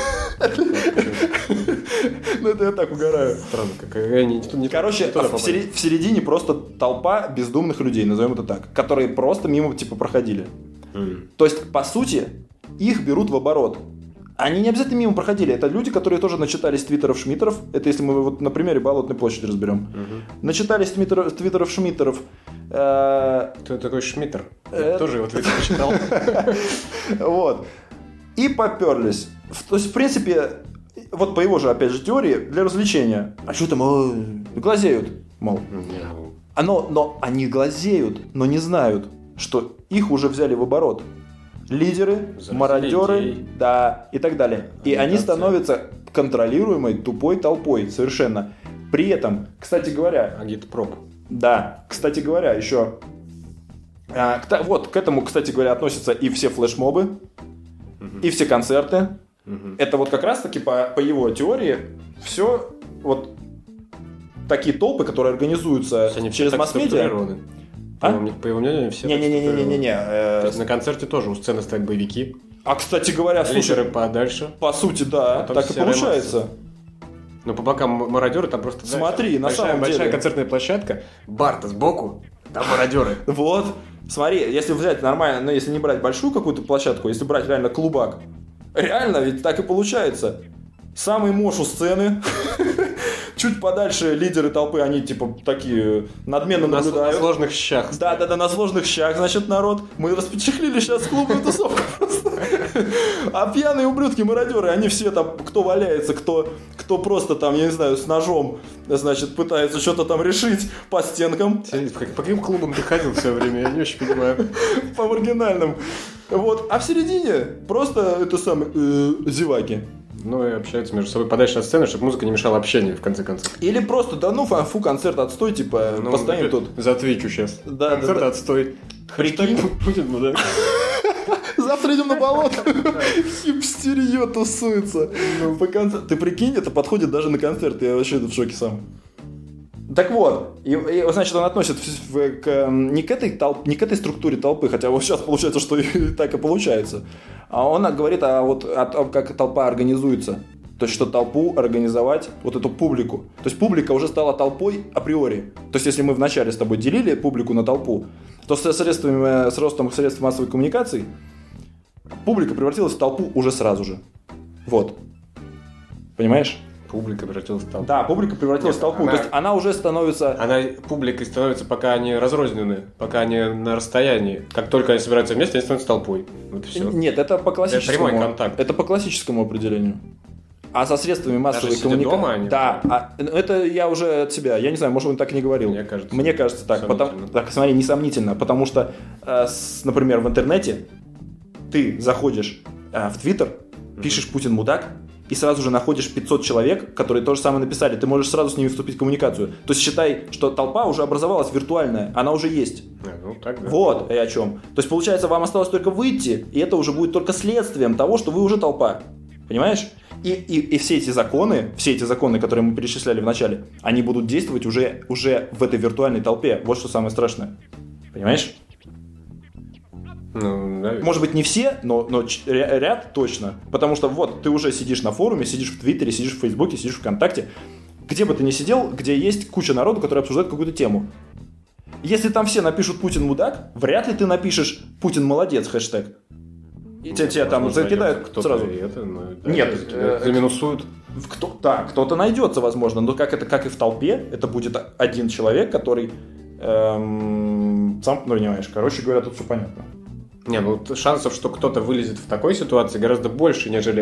Ну это я так угораю. Странно, какая не не Короче, в середине просто толпа бездумных людей, назовем это так, которые просто мимо типа проходили. То есть, по сути, их берут в оборот. Они не обязательно мимо проходили. Это люди, которые тоже начитались твиттеров, шмиттеров. Это если мы вот на примере Болотной площади разберем. Угу. Начитались твиттеров, твиттеров, шмиттеров. Кто такой Шмиттер? Я тоже его твиттер читал. Вот. И поперлись. То есть, в принципе, вот по его же, опять же, теории, для развлечения. А что там, глазеют, мол. Но, но они глазеют, но не знают, что их уже взяли в оборот. Лидеры, за мародеры, людей. Да, и так далее. И они становятся контролируемой тупой толпой совершенно. При этом, кстати говоря... Агитпроп. Да, кстати говоря, еще... А, к, вот, к этому, кстати говоря, относятся и все флешмобы, угу. и все концерты. Угу. Это вот как раз-таки по, по его теории все вот такие толпы, которые организуются через масс-медиа. А? По его мнению, все... Не-не-не-не-не-не. То есть на концерте тоже у сцены стоят боевики. А, кстати говоря, слушай... Лидеры подальше. По сути, да, так и получается. Масса. Но по бокам мародеры там просто... Смотри, на большая, самом большая деле... концертная площадка, бар-то сбоку, там мародеры. Вот. Смотри, если взять нормально, ну если не брать большую какую-то площадку, если брать реально клубак, реально ведь так и получается. Самый мош у сцены... Чуть подальше лидеры толпы, они типа такие надменно на наблюдают. На сложных щах. Да, да, да, на сложных щах, значит, народ. Мы распечехлили сейчас клубную тусовку просто. А пьяные ублюдки-мародеры, они все там, кто валяется, кто, кто просто там, я не знаю, с ножом, значит, пытается что-то там решить по стенкам. По каким клубам ты ходил все время, я не очень понимаю. По маргинальным. Вот. А в середине просто это самое, э, зеваки. Ну и общаются между собой подальше от сцены, чтобы музыка не мешала общению, в конце концов. Или просто, да ну фу, концерт отстой, типа, ну, постоим тут. Затвичу сейчас. Да, концерт да, да. Отстой. Прикинь. Путин, ну да. Завтра идем на болото. Хипстерье тусуется. Ну, по концерту. Ты прикинь, это подходит даже на концерт. Я вообще в шоке сам. Так вот, и, и, значит, он относит в, в, к, не, к этой толп, не к этой структуре толпы, хотя вот сейчас получается, что и так и получается. А он говорит о, вот, о том, как толпа организуется. То есть, что толпу организовать, вот эту публику. То есть, публика уже стала толпой априори. То есть, если мы вначале с тобой делили публику на толпу, то со средствами, с ростом средств массовой коммуникации публика превратилась в толпу уже сразу же. Вот. Понимаешь? Публика превратилась в толпу. Да, публика превратилась Нет, в толпу. Она, То есть она уже становится... Она публикой становится, пока они разрознены, пока они на расстоянии. Как только они собираются вместе, они становятся толпой. Вот и все. Нет, это по классическому... Это прямой контакт. Это по классическому определению. А со средствами массовой коммуникации... Да, а, это я уже от себя. Я не знаю, может, он так и не говорил. Мне кажется. Мне кажется так. Потому, так, смотри, несомнительно. Потому что, э, с, например, в интернете ты заходишь э, в Твиттер, пишешь «Путин мудак», и сразу же находишь пятьсот человек, которые то же самое написали. Ты можешь сразу с ними вступить в коммуникацию. То есть считай, что толпа уже образовалась виртуальная, она уже есть. А, ну, так, да. Вот и о чем. То есть получается, вам осталось только выйти, и это уже будет только следствием того, что вы уже толпа. Понимаешь? И, и, и все эти законы, все эти законы, которые мы перечисляли в начале, они будут действовать уже, уже в этой виртуальной толпе. Вот что самое страшное. Понимаешь? Ну, да. Может быть, не все, но, но ряд точно. Потому что вот ты уже сидишь на форуме, сидишь в Твиттере, сидишь в Фейсбуке, сидишь ВКонтакте. Где бы ты ни сидел, где есть куча народу, который обсуждает какую-то тему. Если там все напишут «Путин мудак», вряд ли ты напишешь «Путин молодец» хэштег. И ну, тебя там закидают сразу. Это, но, да, Нет. Это, э, заминусуют. Кто, да, кто-то найдется, возможно. Но как, это, как и в толпе, это будет один человек, который... Эм, сам, ну, понимаешь, короче говоря, тут все понятно. Не, ну шансов, что кто-то вылезет в такой ситуации, гораздо больше, нежели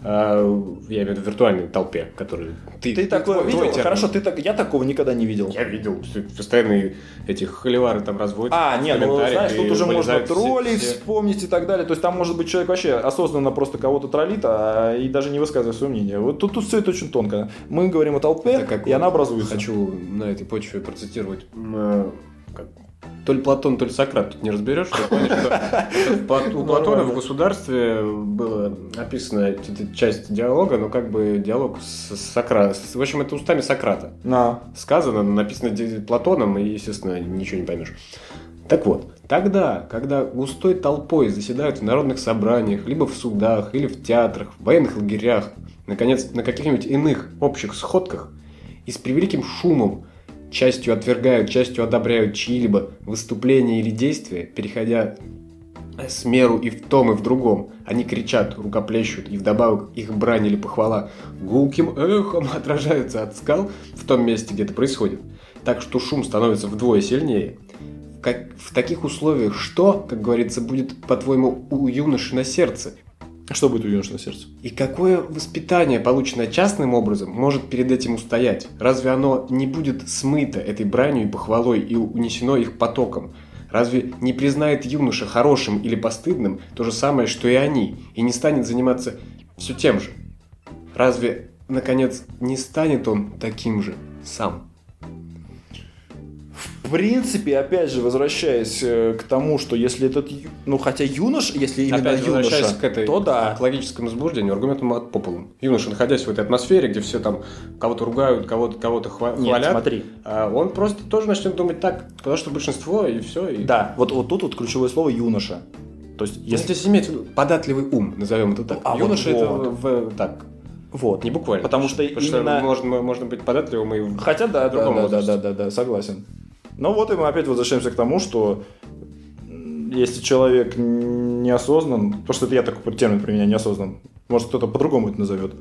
я имею в виду в виртуальной толпе, которую ты... Ты такое видел? Термин. Хорошо, ты так... я такого никогда не видел. Я видел. Постоянно эти холивары там разводят. А, нет, ну, знаешь, тут уже можно троллей все... вспомнить и так далее. То есть там, может быть, человек вообще осознанно просто кого-то троллит, а и даже не высказывает свое мнение. Вот тут, тут все это очень тонко. Мы говорим о толпе, и она образуется. Хочу на этой почве процитировать... Как... То ли Платон, то ли Сократ, тут не разберешь. У Платона в «Государстве» была описана часть диалога, но как бы диалог с Сократом. В общем, это устами Сократа. Сказано, написано Платоном, и, естественно, ничего не поймешь. Так вот, тогда, когда густой толпой заседают в народных собраниях, либо в судах, или в театрах, в военных лагерях, наконец, на каких-нибудь иных общих сходках, и с превеликим шумом частью отвергают, частью одобряют чьи-либо выступления или действия, переходя с меру и в том, и в другом. Они кричат, рукоплещут, и вдобавок их брань или похвала гулким эхом отражаются от скал в том месте, где это происходит. Так что шум становится вдвое сильнее. Как в таких условиях что, как говорится, будет, по-твоему, у юноши на сердце? Что будет у юноши на сердце? И какое воспитание, полученное частным образом, может перед этим устоять? Разве оно не будет смыто этой бранью и похвалой и унесено их потоком? Разве не признает юноша хорошим или постыдным то же самое, что и они, и не станет заниматься все тем же? Разве, наконец, не станет он таким же сам? В принципе, опять же, возвращаясь к тому, что если этот, ну хотя юнош, если именно опять юноша, к этой, то да. К логическому заблуждению, аргументам от популу. Юноша, находясь в этой атмосфере, где все там кого-то ругают, кого-то, кого-то хва- Нет, хвалят, смотри. Он просто тоже начнет думать так, потому что большинство и все. И... Да, вот, вот тут вот ключевое слово юноша. То есть, если здесь иметь в виду податливый ум, назовем это так. А юноша вот, это вот. В, в, так. Вот. Не буквально. Потому что, потому именно... что можно, можно быть податливым и в Хотя да, другом да, возрасте. да, да, да, да, согласен. Но вот и мы опять возвращаемся к тому, что если человек неосознан, потому что это я такой термин применяю, неосознан, может кто-то по-другому это назовет,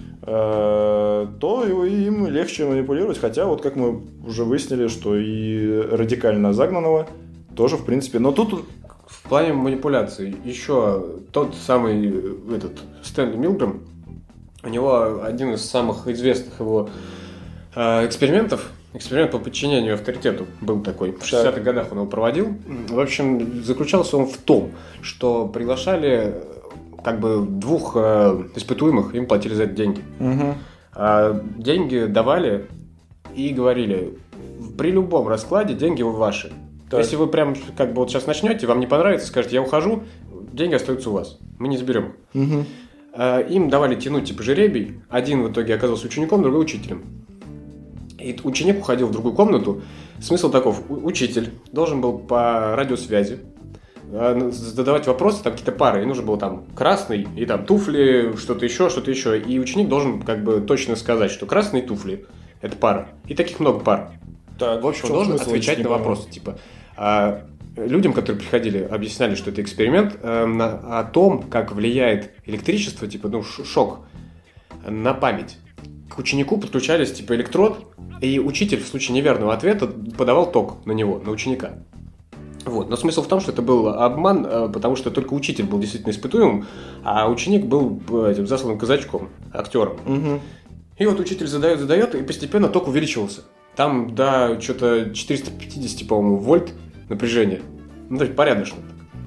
то им легче манипулировать, хотя вот как мы уже выяснили, что и радикально загнанного тоже в принципе, но тут... В плане манипуляций еще тот самый этот Стэнли Милгрэм, у него один из самых известных его э, экспериментов, эксперимент по подчинению авторитету был такой. В шестидесятых годах он его проводил. В общем, заключался он в том, что приглашали как бы двух э, испытуемых, им платили за это деньги. Угу. А деньги давали и говорили, при любом раскладе деньги ваши. Так. Если вы прям как бы вот сейчас начнете, вам не понравится, скажете, я ухожу, деньги остаются у вас, мы не заберем. Угу. А, им давали тянуть типа жеребий, один в итоге оказался учеником, другой учителем. И ученик уходил в другую комнату. Смысл таков, учитель должен был по радиосвязи задавать вопросы, там какие-то пары, и нужно было там красный, и там туфли, что-то еще, что-то еще. И ученик должен как бы точно сказать, что красные туфли – это пара. И таких много пар. Так, в общем, он должен отвечать на вопросы. Типа, а, людям, которые приходили, объясняли, что это эксперимент а, на, о том, как влияет электричество, типа, ну, шок на память. К ученику подключались типа электрод, и учитель в случае неверного ответа подавал ток на него, на ученика. Вот. Но смысл в том, что это был обман, потому что только учитель был действительно испытуемым, а ученик был этим засланным казачком, актером. Угу. И вот учитель задает, задает, и постепенно ток увеличивался. Там до что-то четыреста пятьдесят, по-моему, вольт напряжения. Ну, то есть порядочно.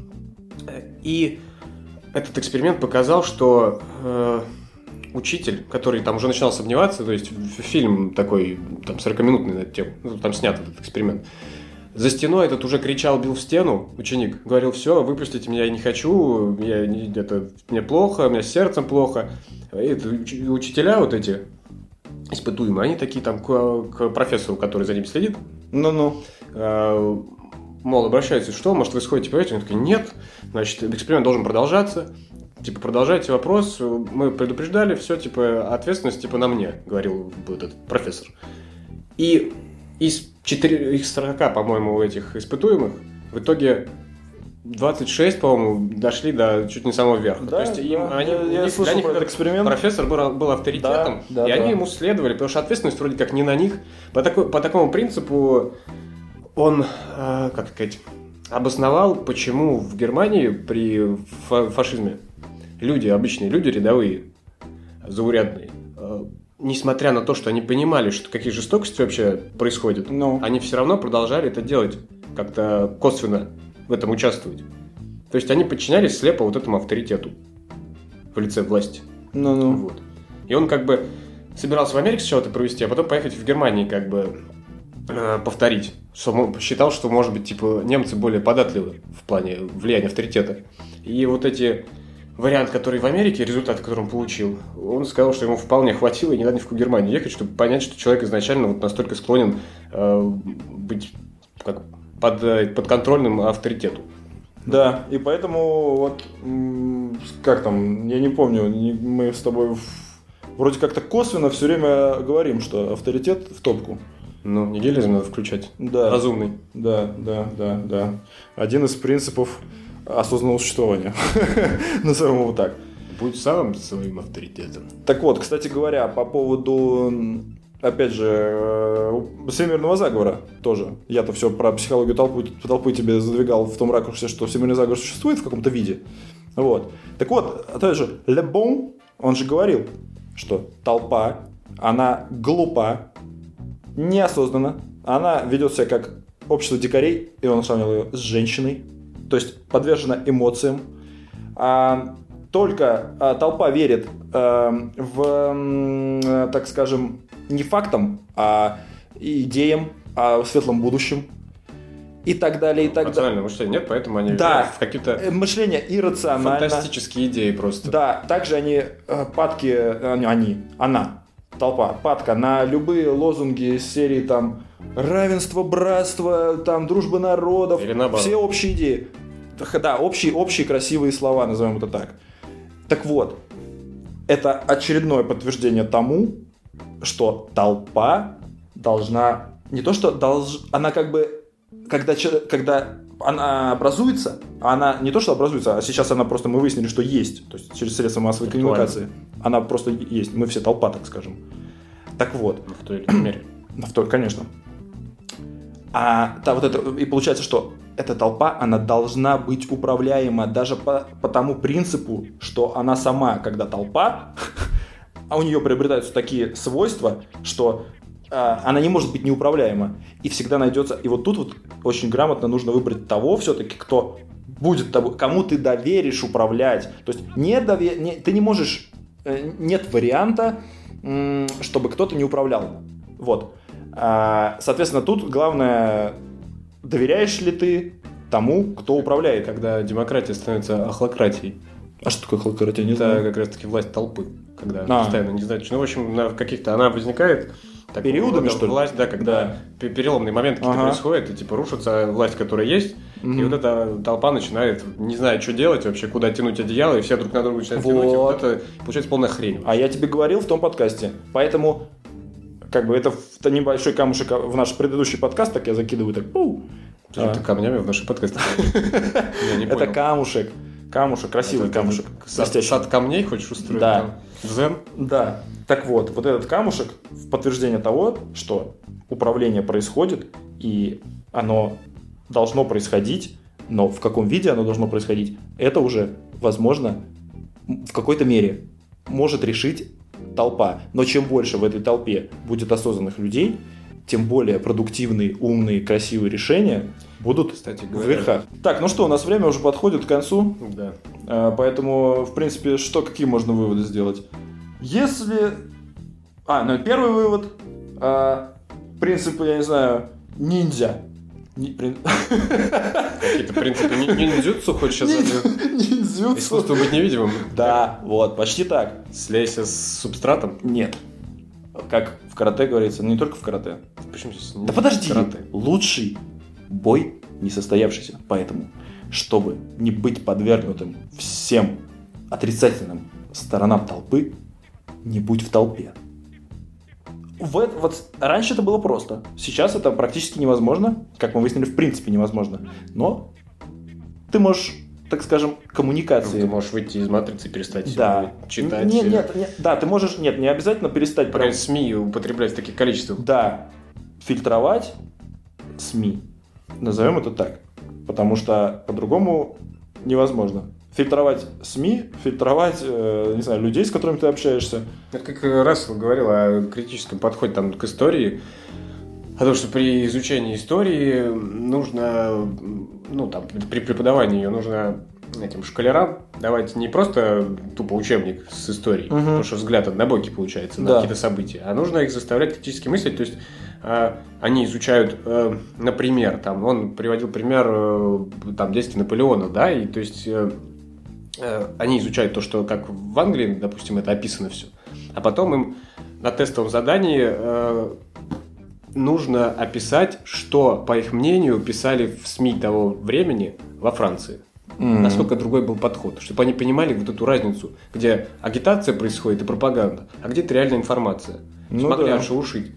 И этот эксперимент показал, что э, учитель, который там уже начинал сомневаться, то есть фильм такой, там, сорокаминутный на эту тему, ну, там снят этот эксперимент. За стеной этот уже кричал, бил в стену, ученик, говорил, все, выпустите меня, я не хочу, я, это, мне плохо, у меня с сердцем плохо. И это, учителя вот эти испытуемые, они такие там к, к профессору, который за ним следит, ну-ну, э, мол, обращаются, что, может, вы сходите по этому? Он такой, нет, значит, эксперимент должен продолжаться, типа, продолжайте вопрос, мы предупреждали, все, типа, ответственность, типа, на мне, говорил этот профессор. И из четырех, сорока, по-моему, этих испытуемых, в итоге двадцать шесть, по-моему, дошли до чуть не самого верха. Да, то есть им, да, они, я, я них, слышал для них про этот эксперимент. Профессор был, был авторитетом, да, да, и да. они ему следовали, потому что ответственность вроде как не на них. По, такой, по такому принципу он, э, как сказать, обосновал, почему в Германии при фа- фашизме люди, обычные люди, рядовые, заурядные, несмотря на то, что они понимали, что какие жестокости вообще происходят, Ну. они все равно продолжали это делать, как-то косвенно в этом участвовать. То есть они подчинялись слепо вот этому авторитету в лице власти. Ну-ну. Вот. И он как бы собирался в Америке сначала это провести, а потом поехать в Германии как бы э, повторить. Что он считал, что, может быть, типа, немцы более податливы в плане влияния авторитета. И вот эти вариант, который в Америке, результат, который он получил, он сказал, что ему вполне хватило, и не надо ни в какую Германию ехать, чтобы понять, что человек изначально вот настолько склонен э, быть как, под, подконтрольным авторитету. Да, и поэтому вот, м, как там, я не помню, не- мы с тобой в- вроде как-то косвенно все время говорим, что авторитет в топку. Ну, нигилизм надо включать. Да. Разумный. Да, да, да, да. Один из принципов осознанного существования. Назовем его так. Будь самым своим авторитетом. Так вот, кстати говоря, по поводу, м, опять же, э, всемирного заговора тоже. Я-то все про психологию толпы, толпы тебе задвигал в том ракурсе, что всемирный заговор существует в каком-то виде. Вот. Так вот, опять же, Ле Бон, он же говорил, что толпа, она глупа, неосознанно, она ведет себя как общество дикарей, и он сравнил ее с женщиной, то есть подвержена эмоциям. А, только а, толпа верит а, в, м, а, так скажем, не фактам, а идеям о светлом будущем и так далее, и так далее. Рационального мышления нет, поэтому они Да. верят в какие-то Э, Мышление иррационально. фантастические идеи просто. Да, также они э, падки, э, они, она, толпа, падка на любые лозунги из серии там равенство, братство, там дружба народов, Или наоборот. все общие идеи. Х- Да, общие, общие красивые слова, назовем это так. Так вот, это очередное подтверждение тому, что толпа должна, не то что долж, она как бы, когда, че- когда она образуется, а она не то что образуется, а сейчас она просто, мы выяснили, что есть, то есть через средства массовой Виртуально. коммуникации, она просто есть, мы все толпа, так скажем. Так вот, Ну, в той или иной мере. на второй, конечно. А та, вот это, и получается, что эта толпа, она должна быть управляема даже по, по тому принципу, что она сама, когда толпа, а у нее приобретаются такие свойства, что а, она не может быть неуправляема. И всегда найдется... И вот тут вот очень грамотно нужно выбрать того все-таки, кто будет тобой, кому ты доверишь управлять. То есть не дове- не, ты не можешь... э, Нет варианта, м, чтобы кто-то не управлял. Вот. А, соответственно, тут главное, доверяешь ли ты тому, кто управляет. Когда демократия становится ахлократией. А что такое хлопкратия? Не Это знаю. как раз таки власть толпы. Когда А. постоянно не знаю, что. Ну, в общем, на каких-то она возникает. Так, Периодами, вот, что ли? Власть, да, когда пе- переломные моменты какие-то Ага. происходят, и типа рушится власть, которая есть, Мгм. и вот эта толпа начинает, не знаю, что делать вообще, куда тянуть одеяло, и все друг на друга начинают тянуть, и Вот. вот это получается полная хрень. А я тебе говорил в том подкасте. Поэтому, как бы, это, это небольшой камушек в наш предыдущий подкаст, так я закидываю так. пу. Зачем А. ты камнями в наши подкасты? Я не Это понял. камушек. Камушек, красивый Это камушек. Сад, Блестящий. сад камней хочешь устроить? Да. там? Дзен? Да. Так вот, вот этот камушек в подтверждение того, что управление происходит, и оно должно происходить, но в каком виде оно должно происходить, это уже, возможно, в какой-то мере может решить толпа. Но чем больше в этой толпе будет осознанных людей, тем более продуктивные, умные, красивые решения будут Кстати в говоря. верхах. Так, ну что, у нас время уже подходит к концу. Да. А, Поэтому, в принципе, что, какие можно выводы сделать? Если... А, ну первый вывод. а, Принципы, я не знаю, ниндзя. Ни- прин- Какие-то принципы ни- ниндзюцу хочешь сейчас задать? Ниндзюцу. Искусство быть невидимым? Да, вот, почти так. Слейся с субстратом? Нет. Как в карате говорится, не только в карате. Почему здесь Да подожди, карате? лучший бой не состоявшийся. Поэтому, чтобы не быть подвергнутым всем отрицательным сторонам толпы, не будь в толпе. В, вот раньше это было просто. Сейчас это практически невозможно. Как мы выяснили, в принципе невозможно. Но ты можешь, так скажем, коммуникации. Ты можешь выйти из матрицы и перестать Да. его читать. Нет, или- нет, нет, да, ты можешь, нет, не обязательно перестать. По крайней мере, СМИ употреблять в таких количествах. Да, фильтровать СМИ. Назовем это так. Потому что по-другому невозможно. фильтровать СМИ, фильтровать, э, не знаю, людей, с которыми ты общаешься. Это как Рассел говорил о критическом подходе там, к истории. О том, что при изучении истории нужно, ну, там, при преподавании ее нужно этим школярам давать не просто тупо учебник с историей, угу. потому что взгляд однобокий получается на да. какие-то события, а нужно их заставлять критически мыслить. То есть э, они изучают, э, например, там, он приводил пример э, там, действий Наполеона, да, и то есть э, э, они изучают то, что как в Англии, допустим, это описано все, а потом им на тестовом задании э, нужно описать, что, по их мнению, писали в СМИ того времени во Франции. Mm-hmm. Насколько другой был подход, чтобы они понимали вот эту разницу, где агитация происходит и пропаганда, а где-то реальная информация. Ну, смогли да. отшелушить.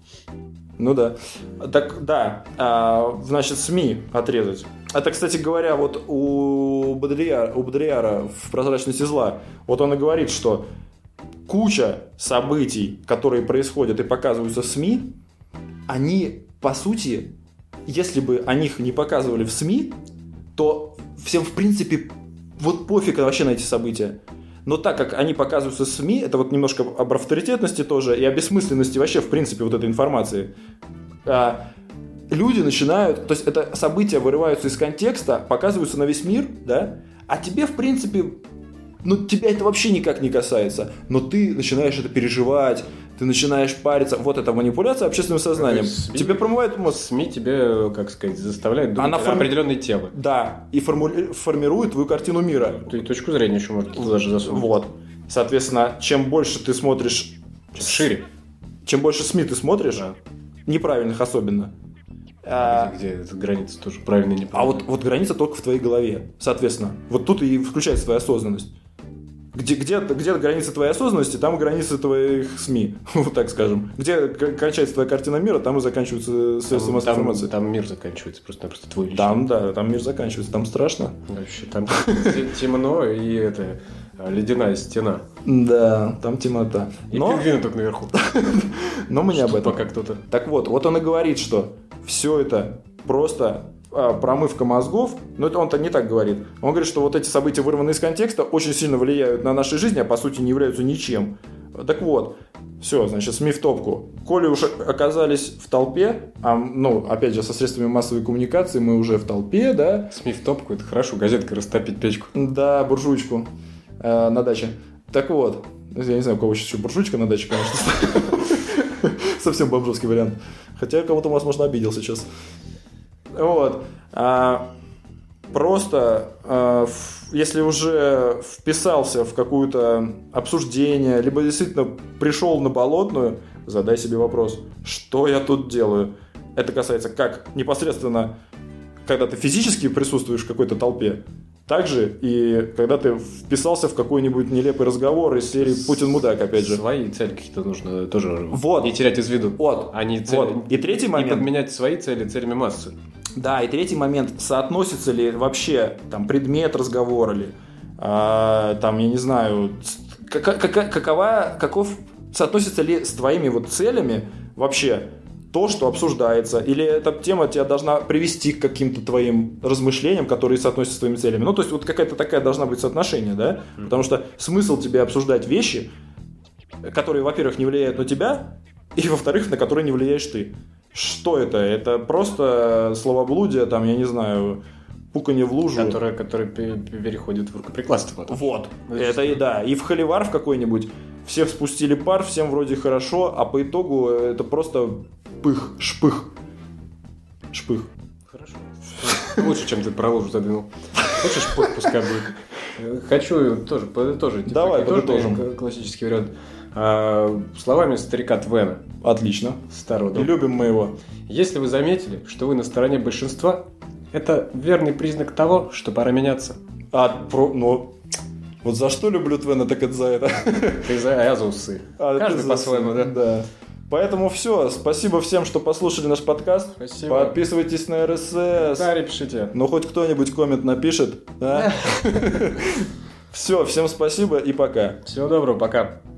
Ну да. Так, да. А, значит, СМИ отрезать. Это, кстати говоря, вот у Бодрияра, у Бодрияра в «Прозрачности зла», вот он и говорит, что куча событий, которые происходят и показываются в СМИ, они, по сути, если бы о них не показывали в СМИ, то всем, в принципе, вот пофиг вообще на эти события. Но так как они показываются в СМИ, это вот немножко об авторитетности тоже и о бессмысленности вообще, в принципе, вот этой информации. А люди начинают, то есть это события вырываются из контекста, показываются на весь мир, да, а тебе, в принципе, ну, тебя это вообще никак не касается, но ты начинаешь это переживать, ты начинаешь париться. Вот это манипуляция общественным сознанием. СМИ, тебе промывают мозг. СМИ тебе, как сказать, заставляют думать о форми... определенной темы. Да, и форму... формирует твою картину мира. Ты точку зрения еще может туда же засунуть. Вот. Соответственно, чем больше ты смотришь... Чем шире. Чем больше СМИ ты смотришь, да. неправильных особенно. А где, где эта граница тоже правильно и неправильно? А вот, вот граница только в твоей голове. Соответственно, вот тут и включается твоя осознанность. Где, где, где граница твоей осознанности, там и границы твоих СМИ, вот так скажем. Где кончается твоя картина мира, там и заканчиваются средства массовой информации. Там мир заканчивается, просто-напросто твой личный. Там, да, там мир заканчивается, там страшно. Вообще, там темно и это ледяная стена. Да, там темнота. И пингвины только наверху. Но мы не об этом. Пока кто-то. Так вот, вот он и говорит, что все это просто... промывка мозгов, но это он-то не так говорит. Он говорит, что вот эти события, вырванные из контекста, очень сильно влияют на наши жизни, а по сути не являются ничем. Так вот, все, значит, СМИ в топку. Коли уж оказались в толпе, а, ну, опять же, со средствами массовой коммуникации мы уже в толпе, да. СМИ в топку, это хорошо, газеткой растопить печку. Да, буржуйку э, на даче. Так вот, я не знаю, у кого сейчас еще буржуйка на даче, конечно. Совсем бомжовский вариант. Хотя кого-то, возможно, обидел сейчас. Вот. А, просто, а, в, если уже вписался в какое-то обсуждение, либо действительно пришел на болотную, задай себе вопрос, что я тут делаю? Это касается как непосредственно, когда ты физически присутствуешь в какой-то толпе, так же и когда ты вписался в какой-нибудь нелепый разговор из серии «Путин мудак», опять же. Свои цели какие-то нужно тоже вот. не терять из виду. Вот. А не цели, вот. И третий момент. Не подменять свои цели целями массы. Да, и третий момент, соотносится ли вообще там предмет разговора ли, а, там, я не знаю, как, как, какова, каков, соотносится ли с твоими вот целями вообще то, что обсуждается, или эта тема тебя должна привести к каким-то твоим размышлениям, которые соотносятся с твоими целями. Ну, то есть вот какая-то такая должна быть соотношение, да, mm-hmm. потому что смысл тебе обсуждать вещи, которые, во-первых, не влияют на тебя, и, во-вторых, на которые не влияешь ты. Что это? Это просто словоблудие, там, я не знаю, пуканье в лужу. Которое, которое переходит в рукоприкладство потом. Вот. Это и да. И в холивар в какой-нибудь все спустили пар, всем вроде хорошо, а по итогу это просто пых, шпых. Шпых. Хорошо. Лучше, чем ты про лужу задвинул. Хочешь, шпых пускай будет. Хочу тоже подытожить. Давай, подытожим. Классический вариант. А, словами старика Твена. Отлично. Старого дома. И любим мы его. Если вы заметили, что вы на стороне большинства, это верный признак того, что пора меняться. А, про, ну, вот за что люблю Твена, так это за это. Ты за, а я за усы. А, каждый по-своему, да? Да. Поэтому все. Спасибо всем, что послушали наш подкаст. Спасибо. Подписывайтесь на эр эс эс. Комментарий пишите. Ну, хоть кто-нибудь коммент напишет. Да? Все, всем спасибо и пока. Всего доброго, пока.